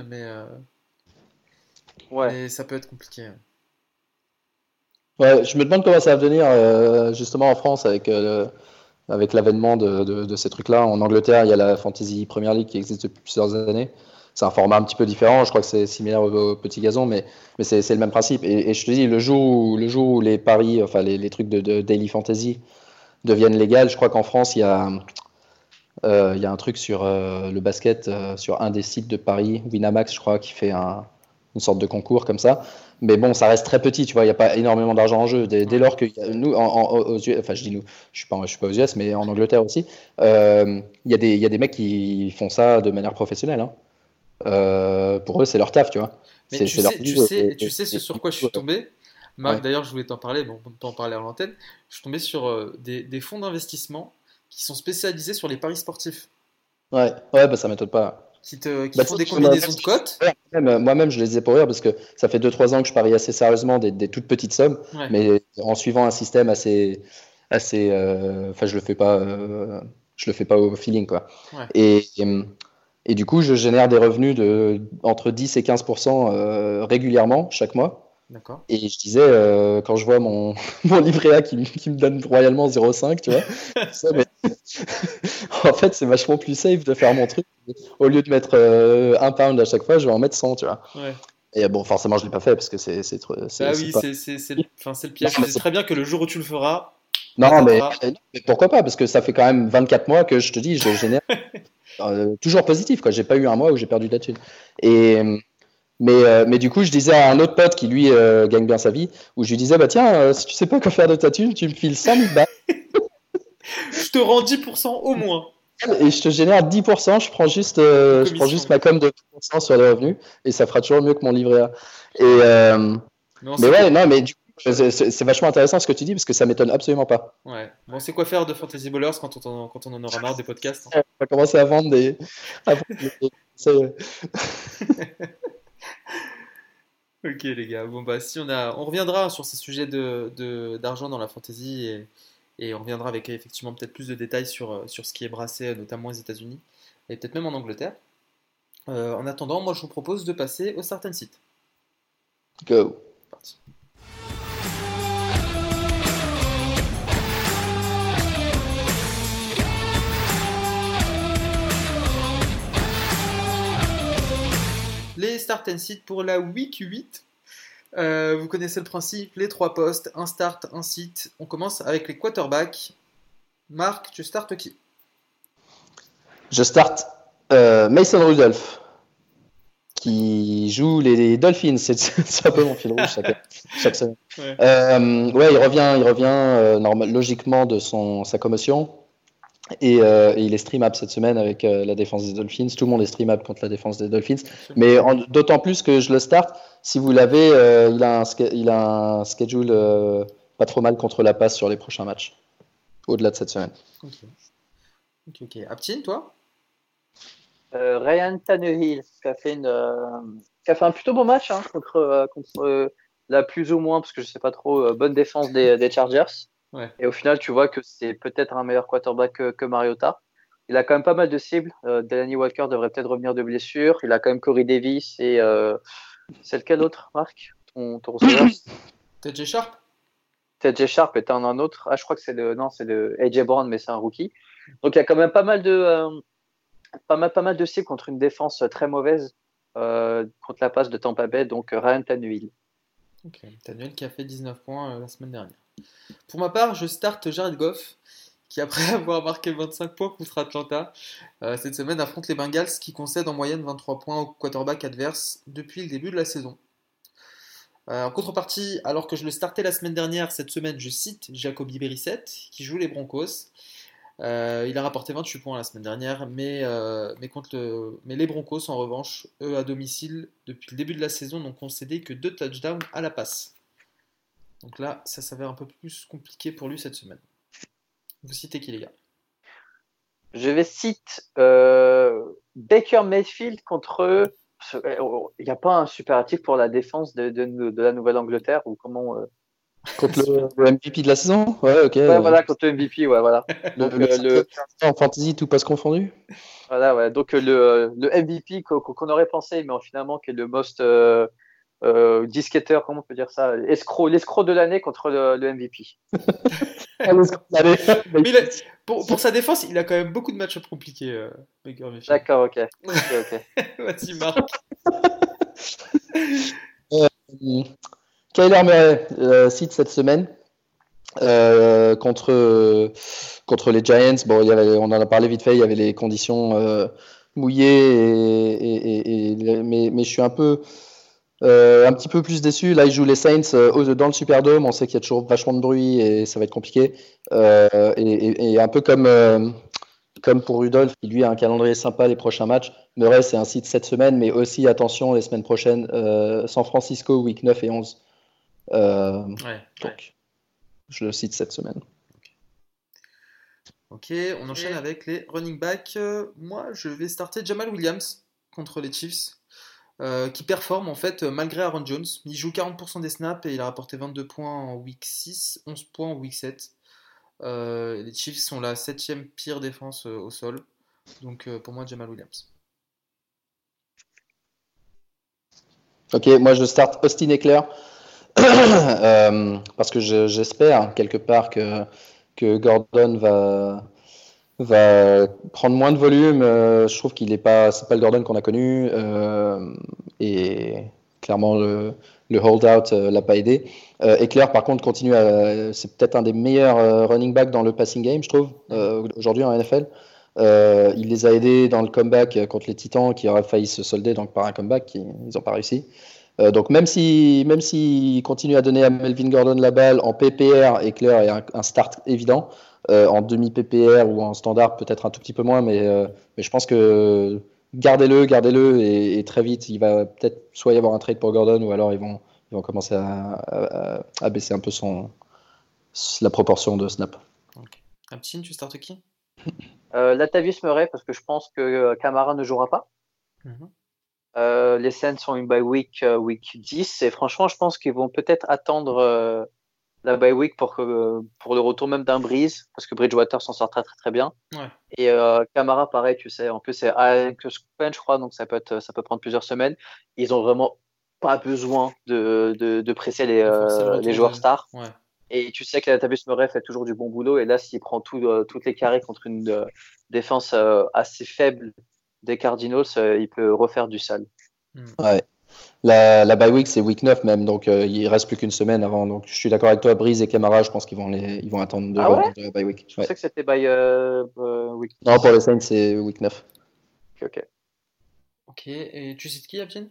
Ouais. mais ça peut être compliqué, hein. Ouais, je me demande comment ça va devenir justement en France avec l'avènement de ces trucs-là. En Angleterre, il y a la Fantasy Premier League qui existe depuis plusieurs années. C'est un format un petit peu différent. Je crois que c'est similaire au Petit Gazon, mais c'est le même principe. Et je te dis, le jour où les paris, enfin les trucs de Daily Fantasy deviennent légaux, je crois qu'en France, il y a un truc sur le basket, sur un des sites de paris, Winamax, je crois, qui fait une sorte de concours comme ça. Mais bon, ça reste très petit, tu vois, il n'y a pas énormément d'argent en jeu. Dès Ouais. lors que nous, aux US, enfin je dis nous, je suis pas aux US, mais en Angleterre aussi, il y a des mecs qui font ça de manière professionnelle, hein. Pour eux, c'est leur taf, tu vois. Mais C'est leur vie. tu sais ce sur quoi je suis tombé? Marc, Ouais. d'ailleurs, je voulais t'en parler, bon, on peut en parler à l'antenne. Je suis tombé sur des fonds d'investissement qui sont spécialisés sur les paris sportifs, Ouais, ouais, bah ça m'étonne pas. qui Bah, font tu des sais, moi-même, combinaisons de cotes. moi-même, je les ai pour rire parce que ça fait 2-3 ans que je parie assez sérieusement des toutes petites sommes, Ouais, mais en suivant un système assez, enfin, je le fais pas au feeling, quoi. ouais, Et, et du coup, je génère des revenus entre 10 et 15% régulièrement chaque mois. d'accord. Et je disais, quand je vois mon livret A qui me donne royalement 0,5, tu vois, ça, mais en fait, c'est vachement plus safe de faire mon truc. Au lieu de mettre 1 pound à chaque fois, je vais en mettre 100, tu vois. Ouais. Et bon, forcément, je ne l'ai pas fait parce que Bah c'est oui, pas. enfin, c'est le Non, piège. Tu mais sais très bien que le jour où tu le feras, non, patatras. mais pourquoi pas? Parce que ça fait quand même 24 mois que je te dis, je génère toujours positif, quoi. J'ai pas eu un mois où j'ai perdu de la thune. Et, mais du coup, je disais à un autre pote qui, lui, gagne bien sa vie, où je lui disais, bah tiens, si tu sais pas quoi faire de ta thune, tu me files 100 000 balles Je te rends 10% au moins et je te génère 10%. de Je prends juste commission. ma com de 10% sur les revenus et ça fera toujours mieux que mon livret A. Et, Non, mais c'est quoi? ouais, non, mais du coup, c'est vachement intéressant ce que tu dis parce que ça m'étonne absolument pas. Ouais. Bon, c'est quoi faire de Fantasy Ballers quand on en aura marre des podcasts, hein. On va commencer à vendre c'est- Ok les gars, bon bah si on reviendra sur ces sujets d'argent dans la fantasy et on reviendra avec effectivement peut-être plus de détails sur ce qui est brassé notamment aux États-Unis et peut-être même en Angleterre. En attendant, moi je vous propose de passer au Start and Sit. Go. Parti. Les Start and Sit pour la week 8. Vous connaissez le principe, les 3 postes, un start, un sit. On commence avec les quarterbacks. Marc, tu startes qui? Je starte Mason Rudolph qui joue les Dolphins. C'est un peu mon fil rouge chaque semaine. Ouais. Ouais, il revient logiquement de sa commotion. Et il est streamable cette semaine avec la défense des Dolphins. Tout le monde est streamable contre la défense des Dolphins. Mais d'autant plus que je le start. Si vous l'avez, il a un schedule pas trop mal contre la passe sur les prochains matchs, au-delà de cette semaine. Ok. Aptine, toi? Ryan Tannehill qui a fait un plutôt bon match hein, contre la plus ou moins, parce que je sais pas trop, bonne défense des Chargers. Ouais. Et au final, tu vois que c'est peut-être un meilleur quarterback que Mariota. Il a quand même pas mal de cibles. Delaney Walker devrait peut-être revenir de blessure. Il a quand même Corey Davis et c'est lequel autre, Marc? Ton receveur? TJ Sharp? TJ Sharp est un autre. Ah, je crois que c'est le AJ Brown, mais c'est un rookie. Donc il y a quand même pas mal de cibles contre une défense très mauvaise contre la passe de Tampa Bay. Donc Ryan Tannehill. Ok. Daniel qui a fait 19 points la semaine dernière. Pour ma part, je starte Jared Goff, qui après avoir marqué 25 points contre Atlanta, cette semaine affronte les Bengals qui concèdent en moyenne 23 points au quarterback adverse depuis le début de la saison. En contrepartie, alors que je le startais la semaine dernière, cette semaine je cite Jacoby Brissett, qui joue les Broncos. Il a rapporté 28 points la semaine dernière, mais les Broncos, en revanche, eux à domicile, depuis le début de la saison, n'ont concédé que 2 touchdowns à la passe. Donc là, ça s'avère un peu plus compliqué pour lui cette semaine. Vous citez qui, les gars? Je vais citer Baker Mayfield contre. Il n'y a pas un superlatif pour la défense de la Nouvelle-Angleterre ou comment Contre le MVP de la saison? Ouais, ok. Ouais, voilà, contre le MVP, ouais, voilà. Donc, en fantasy, tout passe confondu? Voilà, ouais. Donc le MVP qu'on aurait pensé, mais finalement, qui est le most disquetteur, comment on peut dire ça? L'escroc de l'année contre le MVP. Mais pour sa défense, il a quand même beaucoup de matchs compliqués, Baker Mayfield. D'accord, ok. Vas-y, Marc. Kyler Murray cite cette semaine contre les Giants. Bon, on en a parlé vite fait, il y avait les conditions mouillées, mais je suis un petit peu plus déçu. Là, ils jouent les Saints dans le Superdome. On sait qu'il y a toujours vachement de bruit et ça va être compliqué. Et un peu comme comme pour Rudolph, qui lui a un calendrier sympa les prochains matchs, Murray, c'est un site cette semaine, mais aussi, attention, les semaines prochaines, San Francisco, week 9 et 11. Donc, je le cite cette semaine. Ok, on enchaîne avec les running backs. Moi, je vais starter Jamal Williams contre les Chiefs, qui performe en fait malgré Aaron Jones. Il joue 40% des snaps et il a rapporté 22 points en week 6, 11 points en week 7. Les Chiefs sont la 7e pire défense au sol. Donc pour moi, Jamal Williams. Ok, moi je starte Austin Ekeler parce que j'espère quelque part que Gordon va prendre moins de volume. Je trouve qu'il c'est pas le Gordon qu'on a connu et clairement le holdout l'a pas aidé. Ekeler par contre c'est peut-être un des meilleurs running backs dans le passing game, je trouve, aujourd'hui en NFL. Il les a aidés dans le comeback contre les Titans qui auraient failli se solder donc par un comeback, ils n'ont pas réussi. Donc même s'il continue à donner à Melvin Gordon la balle en PPR, Ekeler est un start évident. En demi-PPR ou en standard, peut-être un tout petit peu moins, mais je pense que gardez-le et très vite, il va peut-être soit y avoir un trade pour Gordon ou alors ils vont commencer à baisser un peu la proportion de snap. Okay. Abtine, tu startes qui? Latavius Murray, parce que je pense que Camara ne jouera pas. Les Saints sont une bye week 10 et franchement, je pense qu'ils vont peut-être attendre la bye week pour le retour même d'un Breeze, parce que Bridgewater s'en sort très très très bien. Ouais. Et Camara, pareil, tu sais, en plus c'est je crois, donc ça peut prendre plusieurs semaines. Ils ont vraiment pas besoin de presser les joueurs stars. Ouais. Et tu sais que Latavius Murray fait toujours du bon boulot. Et là, s'il prend toutes les carrés contre une défense assez faible des Cardinals, il peut refaire du sale. Ouais. La bye week, c'est week 9 même, donc il reste plus qu'une semaine avant. Donc je suis d'accord avec toi, Breeze et Camara, je pense qu'ils vont attendre de la bye week. Je pensais que c'était bye week 10. Non, pour les Saints, c'est week 9. Ok, et tu cites qui, Abtine?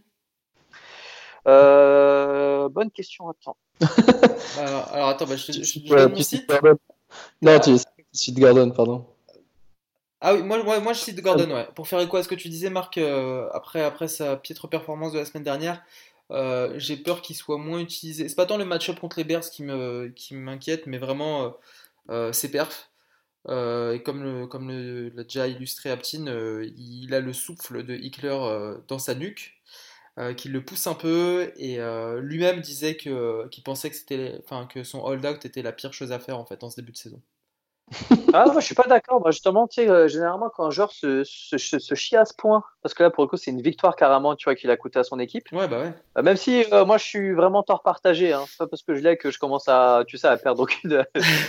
Bonne question, attends. alors attends, je te donne mon site. Non, tu cites Gordon, pardon. Ah oui, moi je cite Gordon, ouais. Pour faire écho à ce que tu disais, Marc, après sa piètre performance de la semaine dernière, j'ai peur qu'il soit moins utilisé. C'est pas tant le match-up contre les Bears qui m'inquiète, mais vraiment ses perfs. Et comme l'a déjà illustré Aptine, il a le souffle de Ekeler dans sa nuque, qui le pousse un peu, et lui-même disait qu'il pensait que son hold-out était la pire chose à faire en fait en ce début de saison. Ah, moi, je suis pas d'accord. Moi, justement, tu sais, généralement, quand un joueur se chie à ce point, parce que là, pour le coup, c'est une victoire carrément, tu vois, qu'il a coûté à son équipe. Ouais, bah ouais. Même si moi, je suis vraiment tort partagé, hein. C'est pas parce que je l'ai que je commence tu sais, à perdre aucune.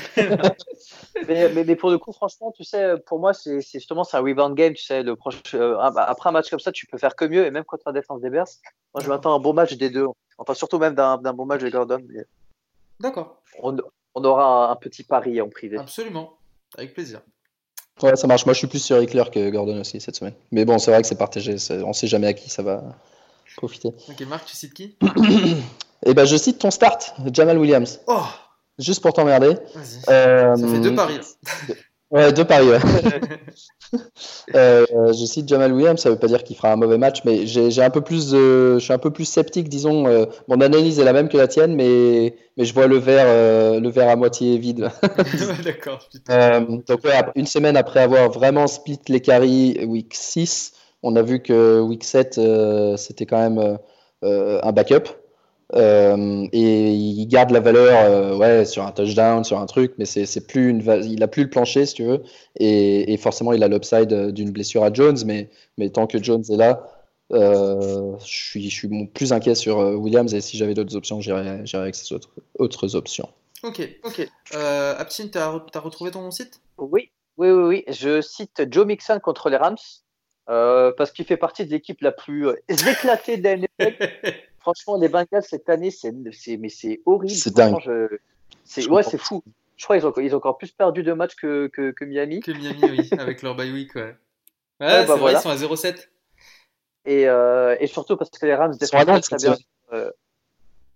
mais pour le coup, franchement, tu sais, pour moi, c'est justement c'est un rebound game. Tu sais, après un match comme ça, tu peux faire que mieux. Et même contre la défense des Bears, moi, je m'attends à un bon match des deux. Enfin, surtout même d'un bon match de Gordon. Mais D'accord. on aura un petit pari en privé. Absolument. Avec plaisir. Ouais, ça marche. Moi, je suis plus sur Ekeler que Gordon aussi cette semaine. Mais bon, c'est vrai que c'est partagé. On sait jamais à qui ça va profiter. Ok, Marc, tu cites qui? Eh ben, je cite ton start, Jamal Williams. Oh! Juste pour t'emmerder. Vas-y. Ça fait 2 paris. Ouais, 2 paris, ouais. Je cite Jamal Williams, ça veut pas dire qu'il fera un mauvais match, mais je suis un peu plus sceptique, disons. Mon analyse est la même que la tienne, mais je vois le verre à moitié vide. D'accord. Donc ouais, une semaine après avoir vraiment split les carries week 6, on a vu que week 7, c'était quand même un backup. Et il garde la valeur sur un touchdown, sur un truc, mais c'est plus il a plus le plancher si tu veux, et forcément il a l'upside d'une blessure à Jones, mais tant que Jones est là, je suis plus inquiet sur Williams, et si j'avais d'autres options, j'irais avec ces autres options. Ok. Aptine, t'as retrouvé ton site? Oui. Je cite Joe Mixon contre les Rams parce qu'il fait partie de l'équipe la plus éclatée de la NFL. Franchement, les Bengals cette année, c'est horrible. C'est dingue. C'est fou. Je crois qu'ils ont encore plus perdu de matchs que Miami. Que Miami, oui, avec leur bye week, ouais. Ouais, c'est vrai, ils sont à 0-7. Et surtout parce que les Rams défendent très bien.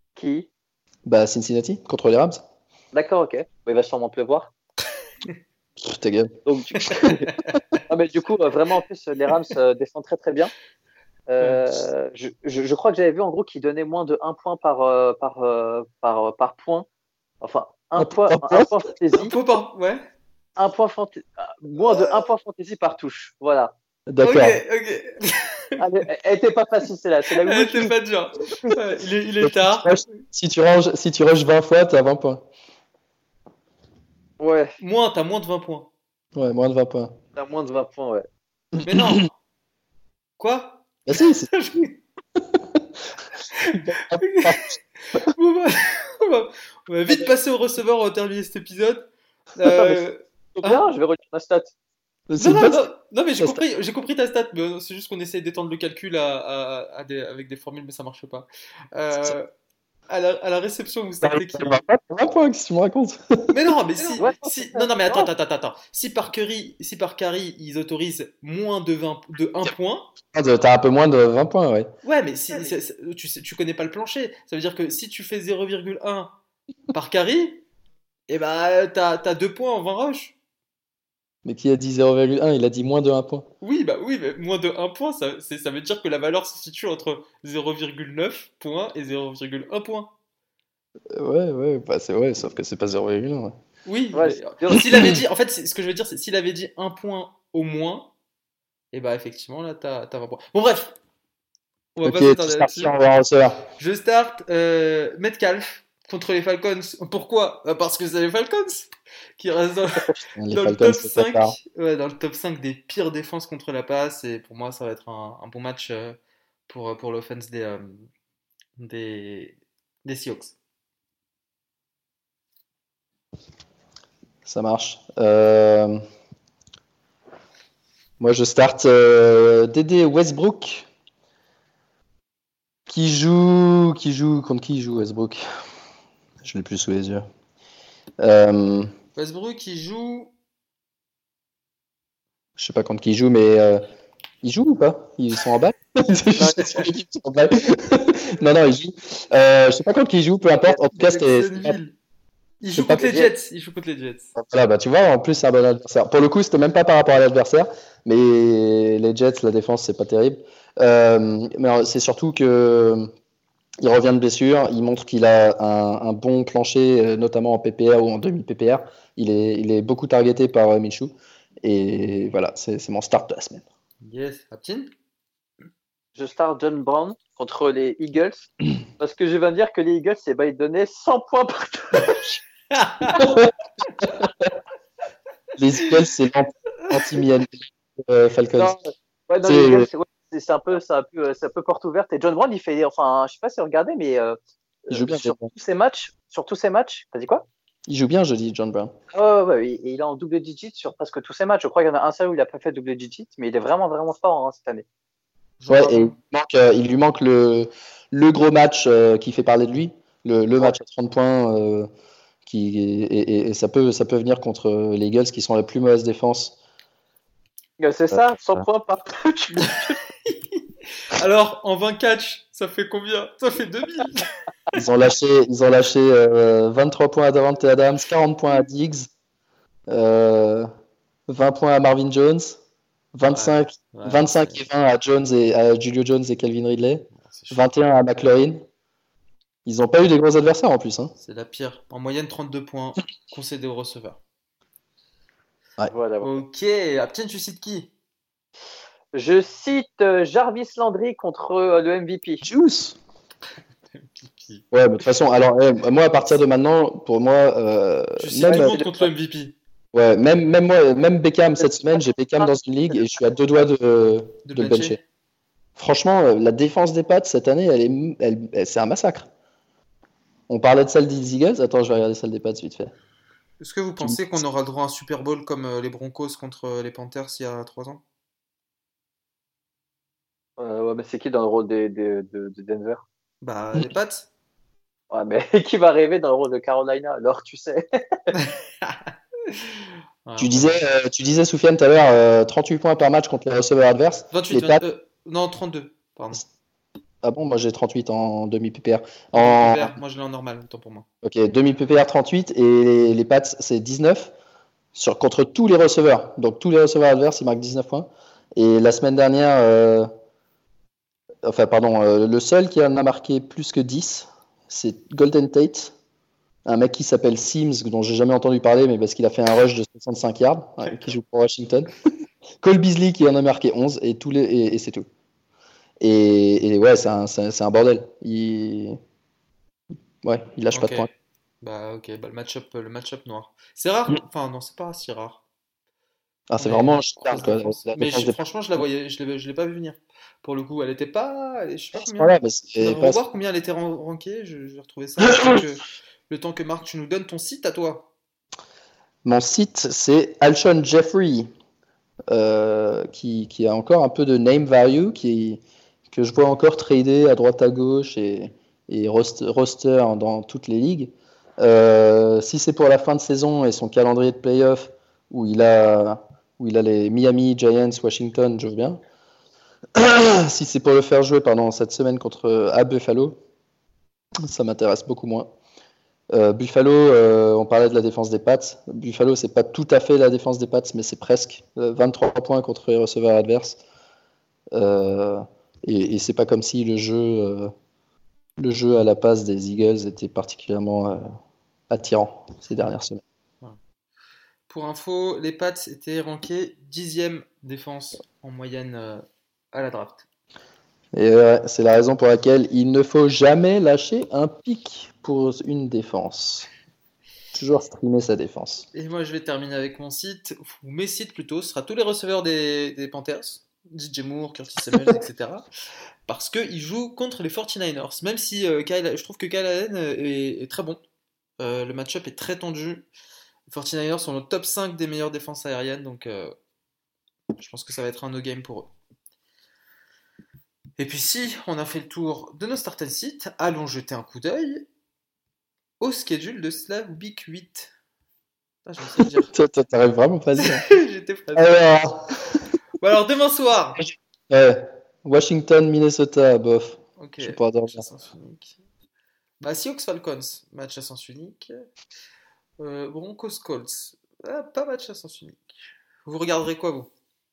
Qui? Cincinnati contre les Rams. D'accord, ok. Il va sûrement pleuvoir. Ta gueule. Donc, ah, mais du coup, vraiment, en plus, les Rams défendent très très bien. Je crois que j'avais vu en gros qu'ils donnaient moins de 1 point par point. Enfin, un point fantasy. Ouais. Moins de 1 point fantasy par touche. Voilà. D'accord. Ok. Elle était pas facile, celle-là. Elle était pas dure. Il est tard. Si tu rushes 20 fois, t'as 20 points. Ouais. T'as moins de 20 points. Ouais, moins de 20 points. T'as moins de 20 points, ouais. Mais non. Quoi? Ah si, c'est... On va vite passer au receveur, on va terminer cet épisode. Bien, je vais relire ma stat. Non, mais j'ai compris ta stat, mais c'est juste qu'on essaie d'étendre le calcul avec des formules, mais ça marche pas. À la réception, vous startez qui? 20 points, qu'est-ce que tu me racontes? Mais non, mais non, mais attends. Si par carry, ils autorisent moins de 1 point. T'as un peu moins de 20 points, ouais. Ouais, mais tu connais pas le plancher. Ça veut dire que si tu fais 0,1 par carry, et bah, t'as 2 points en 20 rush. Mais qui a dit 0,1? Il a dit moins de 1 point. Oui, mais moins de 1 point, ça veut dire que la valeur se situe entre 0,9 points et 0,1 point. Ouais, bah c'est ouais, sauf que c'est pas 0,1. Ouais. Oui, s'il avait dit, en fait, ce que je veux dire, c'est s'il avait dit 1 point au moins, et bah effectivement, là, t'as 20 points. Bon, bref, on va pas s'attarder là-dessus. Je start Metcalf contre les Falcons. Pourquoi? Parce que c'est les Falcons qui restent dans le top 5, dans le top 5 des pires défenses contre la passe, et pour moi ça va être un bon match pour l'offense des Seahawks. Ça marche. Moi je start Dédé Westbrook qui joue contre qui il joue Westbrook? Je l'ai plus sous les yeux. Westbrook il joue. Je sais pas contre qui il joue, mais ils jouent ou pas? Ils sont en balle? Non, ils jouent. Je sais pas contre qui ils jouent, peu importe. En tout cas, c'était. Il joue contre les Jets. Voilà, bah tu vois, en plus c'est un bon adversaire. Pour le coup, c'était même pas par rapport à l'adversaire, mais les Jets, la défense, c'est pas terrible. Mais c'est surtout que il revient de blessure, il montre qu'il a un bon plancher, notamment en PPR ou en demi-PPR. Il est beaucoup targeté par Minshew. Et voilà, c'est mon start de la semaine. Yes, Aptin? Je start John Brown contre les Eagles. Parce que je vais dire que les Eagles, ils donnaient 100 points par touche. Les Eagles, c'est l'anti-Miami Falcons. Les Eagles, c'est un peu porte ouverte. Et John Brown, il fait, enfin, je sais pas si vous regardez, mais il joue bien, sur tous ces matchs, t'as dit quoi? Il joue bien jeudi, John Brown. Ouais, et il est en double digit sur presque tous ses matchs. Je crois qu'il y en a un seul où il a pas fait double digit, mais il est vraiment, vraiment fort cette année. Ouais, et il lui manque le gros match qui fait parler de lui, le match à 30 points, et ça peut venir contre les Eagles qui sont la plus mauvaise défense. C'est ça, 100 points par touch. Alors, en 20 catchs, ça fait combien? Ça fait 2000. Ils ont lâché 23 points à Davante Adams, 40 points à Diggs, 20 points à Marvin Jones, 25 et 20 à Julio Jones et Calvin Ridley, 21 à McLaurin. Ils n'ont pas eu des gros adversaires en plus. Hein. C'est la pire. En moyenne, 32 points concédés aux receveurs. Ouais. Voilà. Ok, Aptien, tu cites qui? Je cite Jarvis Landry contre le MVP. Juice. Ouais, mais de toute façon, alors moi à partir de maintenant, pour moi, tu cites tout le monde contre le MVP. Ouais, même Beckham cette semaine, j'ai Beckham dans une ligue et je suis à 2 doigts de le bencher. Franchement, la défense des Pats cette année, c'est un massacre. On parlait de celle des Eagles. Attends, je vais regarder celle des Pats vite fait. Est-ce que vous pensez qu'on aura le droit à un Super Bowl comme les Broncos contre les Panthers il y a 3 ans? Ouais, mais c'est qui dans le rôle de Denver? Bah, les Pats. Ouais, mais qui va rêver dans le rôle de Carolina? Alors, tu sais. Tu disais, Soufiane, tout à l'heure, 38 points par match contre les receveurs adverses. 28, non, 32, pardon. Ah bon, moi j'ai 38 en demi-PPR. Moi je l'ai en normal, autant pour moi. Ok, demi-PPR 38 et les Pats c'est 19. contre tous les receveurs. Donc tous les receveurs adverses, il marque 19 points. Et la semaine dernière, le seul qui en a marqué plus que 10, c'est Golden Tate, un mec qui s'appelle Sims, dont j'ai jamais entendu parler, mais parce qu'il a fait un rush de 65 yards, qui joue pour Washington. Cole Beasley qui en a marqué 11, et c'est tout. Et ouais, c'est un bordel. Il lâche pas de points. Le match-up noir. C'est rare, enfin non, c'est pas si rare. C'est vraiment mais franchement, je l'ai pas vu venir. Pour le coup, elle était pas. Je sais pas combien. On va voir combien elle était rankée. Je vais retrouver ça. Le temps que Marc, tu nous donnes ton site à toi. Mon site, c'est Alshon Jeffrey, qui a encore un peu de name value, que je vois encore trader à droite à gauche et roster dans toutes les ligues. Si c'est pour la fin de saison et son calendrier de playoff où il a les Miami, Giants, Washington, je veux bien. Si c'est pour le faire jouer pendant cette semaine à Buffalo, ça m'intéresse beaucoup moins. Buffalo, on parlait de la défense des Pats. Buffalo, c'est pas tout à fait la défense des Pats, mais c'est presque. 23 points contre les receveurs adverses. Et c'est pas comme si le jeu à la passe des Eagles était particulièrement attirant ces dernières semaines. Pour info, les Pats étaient rankés 10e défense en moyenne à la draft. Et c'est la raison pour laquelle il ne faut jamais lâcher un pic pour une défense. Toujours streamer sa défense. Et moi, je vais terminer avec mon site, ou mes sites plutôt. Ce sera tous les receveurs des Panthers, DJ Moore, Curtis Samuels, etc. Parce qu'ils jouent contre les 49ers. Même si je trouve que Kyle Allen est très bon. Le match-up est très tendu. Les 49ers sont le top 5 des meilleures défenses aériennes. Donc, je pense que ça va être un no-game pour eux. Et puis si on a fait le tour de nos start and sit, allons jeter un coup d'œil au schedule de Slav Week 8. Je sais dire. Toi, t'arrives vraiment pas à dire. J'étais pas alors demain soir. Washington, Minnesota, bof. Ok. Je vais pas dormir. Seahawks Falcons, match à sens unique. Broncos Colts, pas match à sens unique. Vous regarderez quoi vous?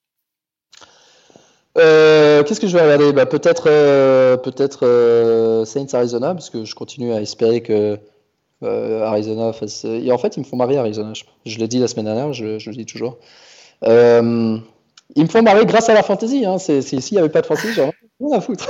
Qu'est-ce que je vais regarder? Peut-être Saints Arizona, parce que je continue à espérer que Arizona fasse. Et en fait, ils me font marrer Arizona. Je l'ai dit la semaine dernière, je le dis toujours. Ils me font marrer grâce à la fantasy. Hein. S'il n'y avait pas de fantasy, j'aurais rien à foutre.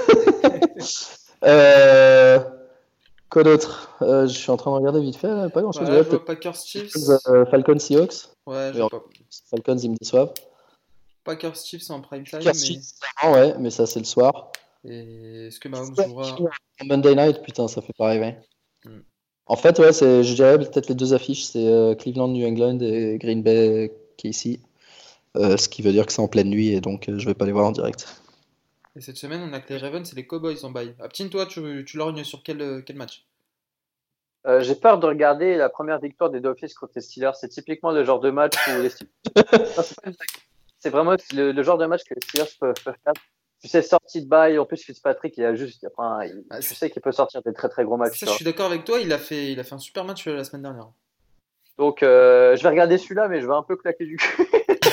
Quoi d'autre? Je suis en train de regarder vite fait, là. Pas grand-chose. Je vois Packers Chiefs. Falcons Seahawks. Ouais, je vois pas. Falcons, ils me déçoivent. Packers Chiefs en prime time. Mais ça c'est le soir. Et est-ce que Mahomes jouera Monday Night? Putain, ça fait pas rêver. En fait, je dirais peut-être les deux affiches, c'est Cleveland, New England et Green Bay, KC. Ce qui veut dire que c'est en pleine nuit et donc je vais pas les voir en direct. Et cette semaine, on a que les Ravens et les Cowboys en bail. Aptine, toi, tu lorgnes sur quel match? J'ai peur de regarder la première victoire des Dolphins contre les Steelers. C'est typiquement le genre de match où les Steelers... C'est vraiment le genre de match que les Steelers peuvent faire. Tu sais, sortie de bail, en plus Fitzpatrick, tu sais qu'il peut sortir des très très gros matchs. Ça, je suis d'accord avec toi, il a fait un super match la semaine dernière. Donc, je vais regarder celui-là, mais je vais un peu claquer du cul.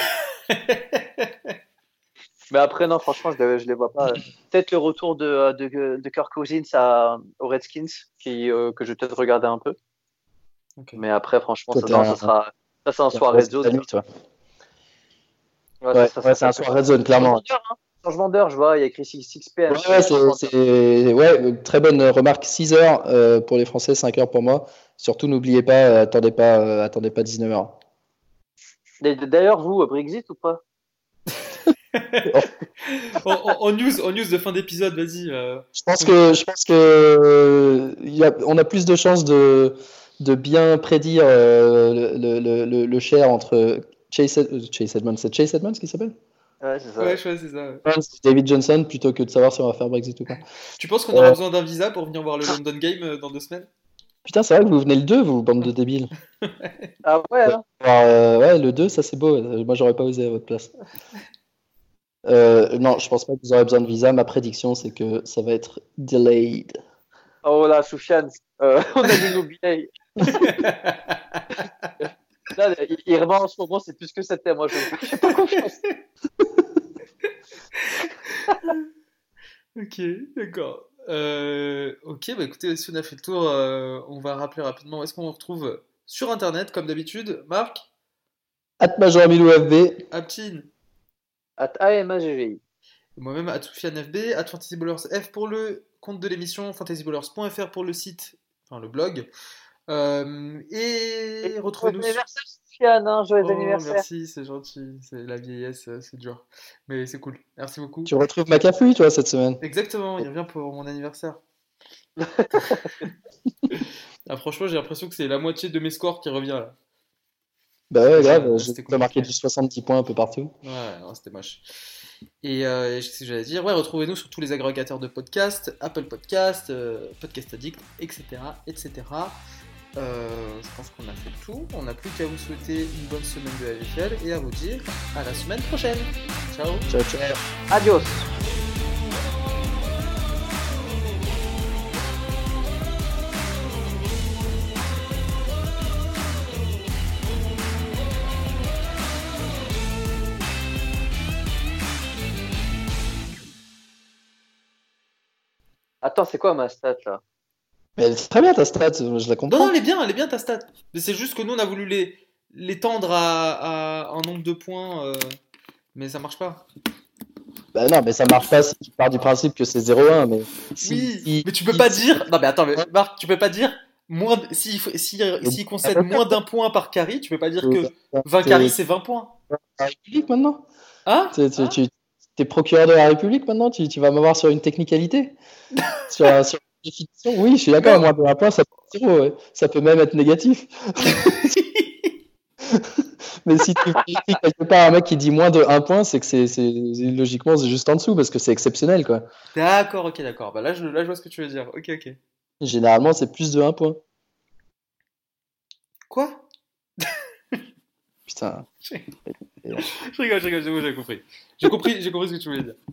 Mais après, non, franchement, je les vois pas. Peut-être le retour de Kirk Cousins aux Redskins, que je vais peut-être regarder un peu. Okay. Mais après, franchement, ça sera un soir red zone. C'est un soir red zone, clairement. Changement d'heure, je vois, il y a écrit 6 p.m. C'est très bonne remarque. 6 heures pour les Français, 5 heures pour moi. Surtout, n'oubliez pas, attendez pas 19 heures. D'ailleurs, vous, Brexit ou pas? en news de fin d'épisode, vas-y. Je pense que on a plus de chances de bien prédire le share entre Chase Edmonds. C'est Chase Edmonds qui s'appelle? Ouais, c'est ça. Ouais, c'est ça. Ouais. David Johnson plutôt que de savoir si on va faire Brexit ou pas. Tu penses qu'on aura besoin d'un visa pour venir voir le London Game dans 2 semaines? Putain, c'est vrai que vous venez le 2, vous, bande de débiles. Ah ouais, hein. Alors, le 2, ça c'est beau. Moi, j'aurais pas osé à votre place. Non, je pense pas que vous aurez besoin de visa. Ma prédiction, c'est que ça va être delayed. Oh là, Soufiane, on a dit nos billets. Là, il revend en ce moment, c'est plus que c'était. Moi, je n'ai pas confiance. Ok, d'accord. Ok, bah écoutez, si on a fait le tour, on va rappeler rapidement où est-ce qu'on retrouve sur Internet, comme d'habitude. Marc, @MajorMilou FB. Aptine, At AMAGVI. et moi-même, @SoufianeFB, @FantasyBallers F pour le compte de l'émission, fantasyballers.fr pour le site, enfin le blog. Et Joyeux retrouvez-nous sur... anniversaire, Sofiane, hein, joyeux Oh, anniversaire. merci, c'est gentil. C'est la vieillesse, c'est dur. Mais c'est cool. Merci beaucoup. Tu retrouves McAfee, toi, cette semaine. Exactement, il revient pour mon anniversaire. Ah, franchement, j'ai l'impression que c'est la moitié de mes scores qui revient là. Bah ouais, grave, C'était j'ai marqué compliqué. du 70 points un peu partout. Ouais, non, c'était moche. Et qu'est-ce que j'allais dire? Ouais, retrouvez-nous sur tous les agrégateurs de podcasts, Apple Podcasts, Podcast Addict, etc. etc. Je pense qu'on a fait le tour. On n'a plus qu'à vous souhaiter une bonne semaine de LFL et à vous dire à la semaine prochaine. Ciao! Ciao, ciao. Adios. Attends, c'est quoi ma stat là? Mais elle est très bien ta stat, je la Non, non, comprends. elle est bien ta stat. Mais c'est juste que nous, on a voulu les tendre à un nombre de points, mais ça marche pas. Bah non, mais ça marche pas si tu pars du principe que c'est 0-1, mais Oui, si, mais tu peux si, pas si- dire. Non, mais attends, mais Marc, tu peux pas dire. S'il concède moins d'un point par carry, tu peux pas dire que 20 carry t'es c'est 20 points. la République maintenant? Hein? T'es procureur de la République maintenant? Tu vas m'avoir sur une technicalité? Sur une définition? Oui, je suis d'accord, Non! moins de 1 point, ça peut être 0, ouais. Ça peut même être négatif. Mais si tu vérifies quelque part un mec qui dit moins de 1 point, c'est que logiquement c'est juste en dessous parce que c'est exceptionnel, quoi. D'accord, ok, d'accord. Bah là, je vois ce que tu veux dire. Ok, ok. Généralement, c'est plus de 1 point. Quoi? Putain. Je rigole, c'est bon, j'ai compris. J'ai compris ce que tu voulais dire.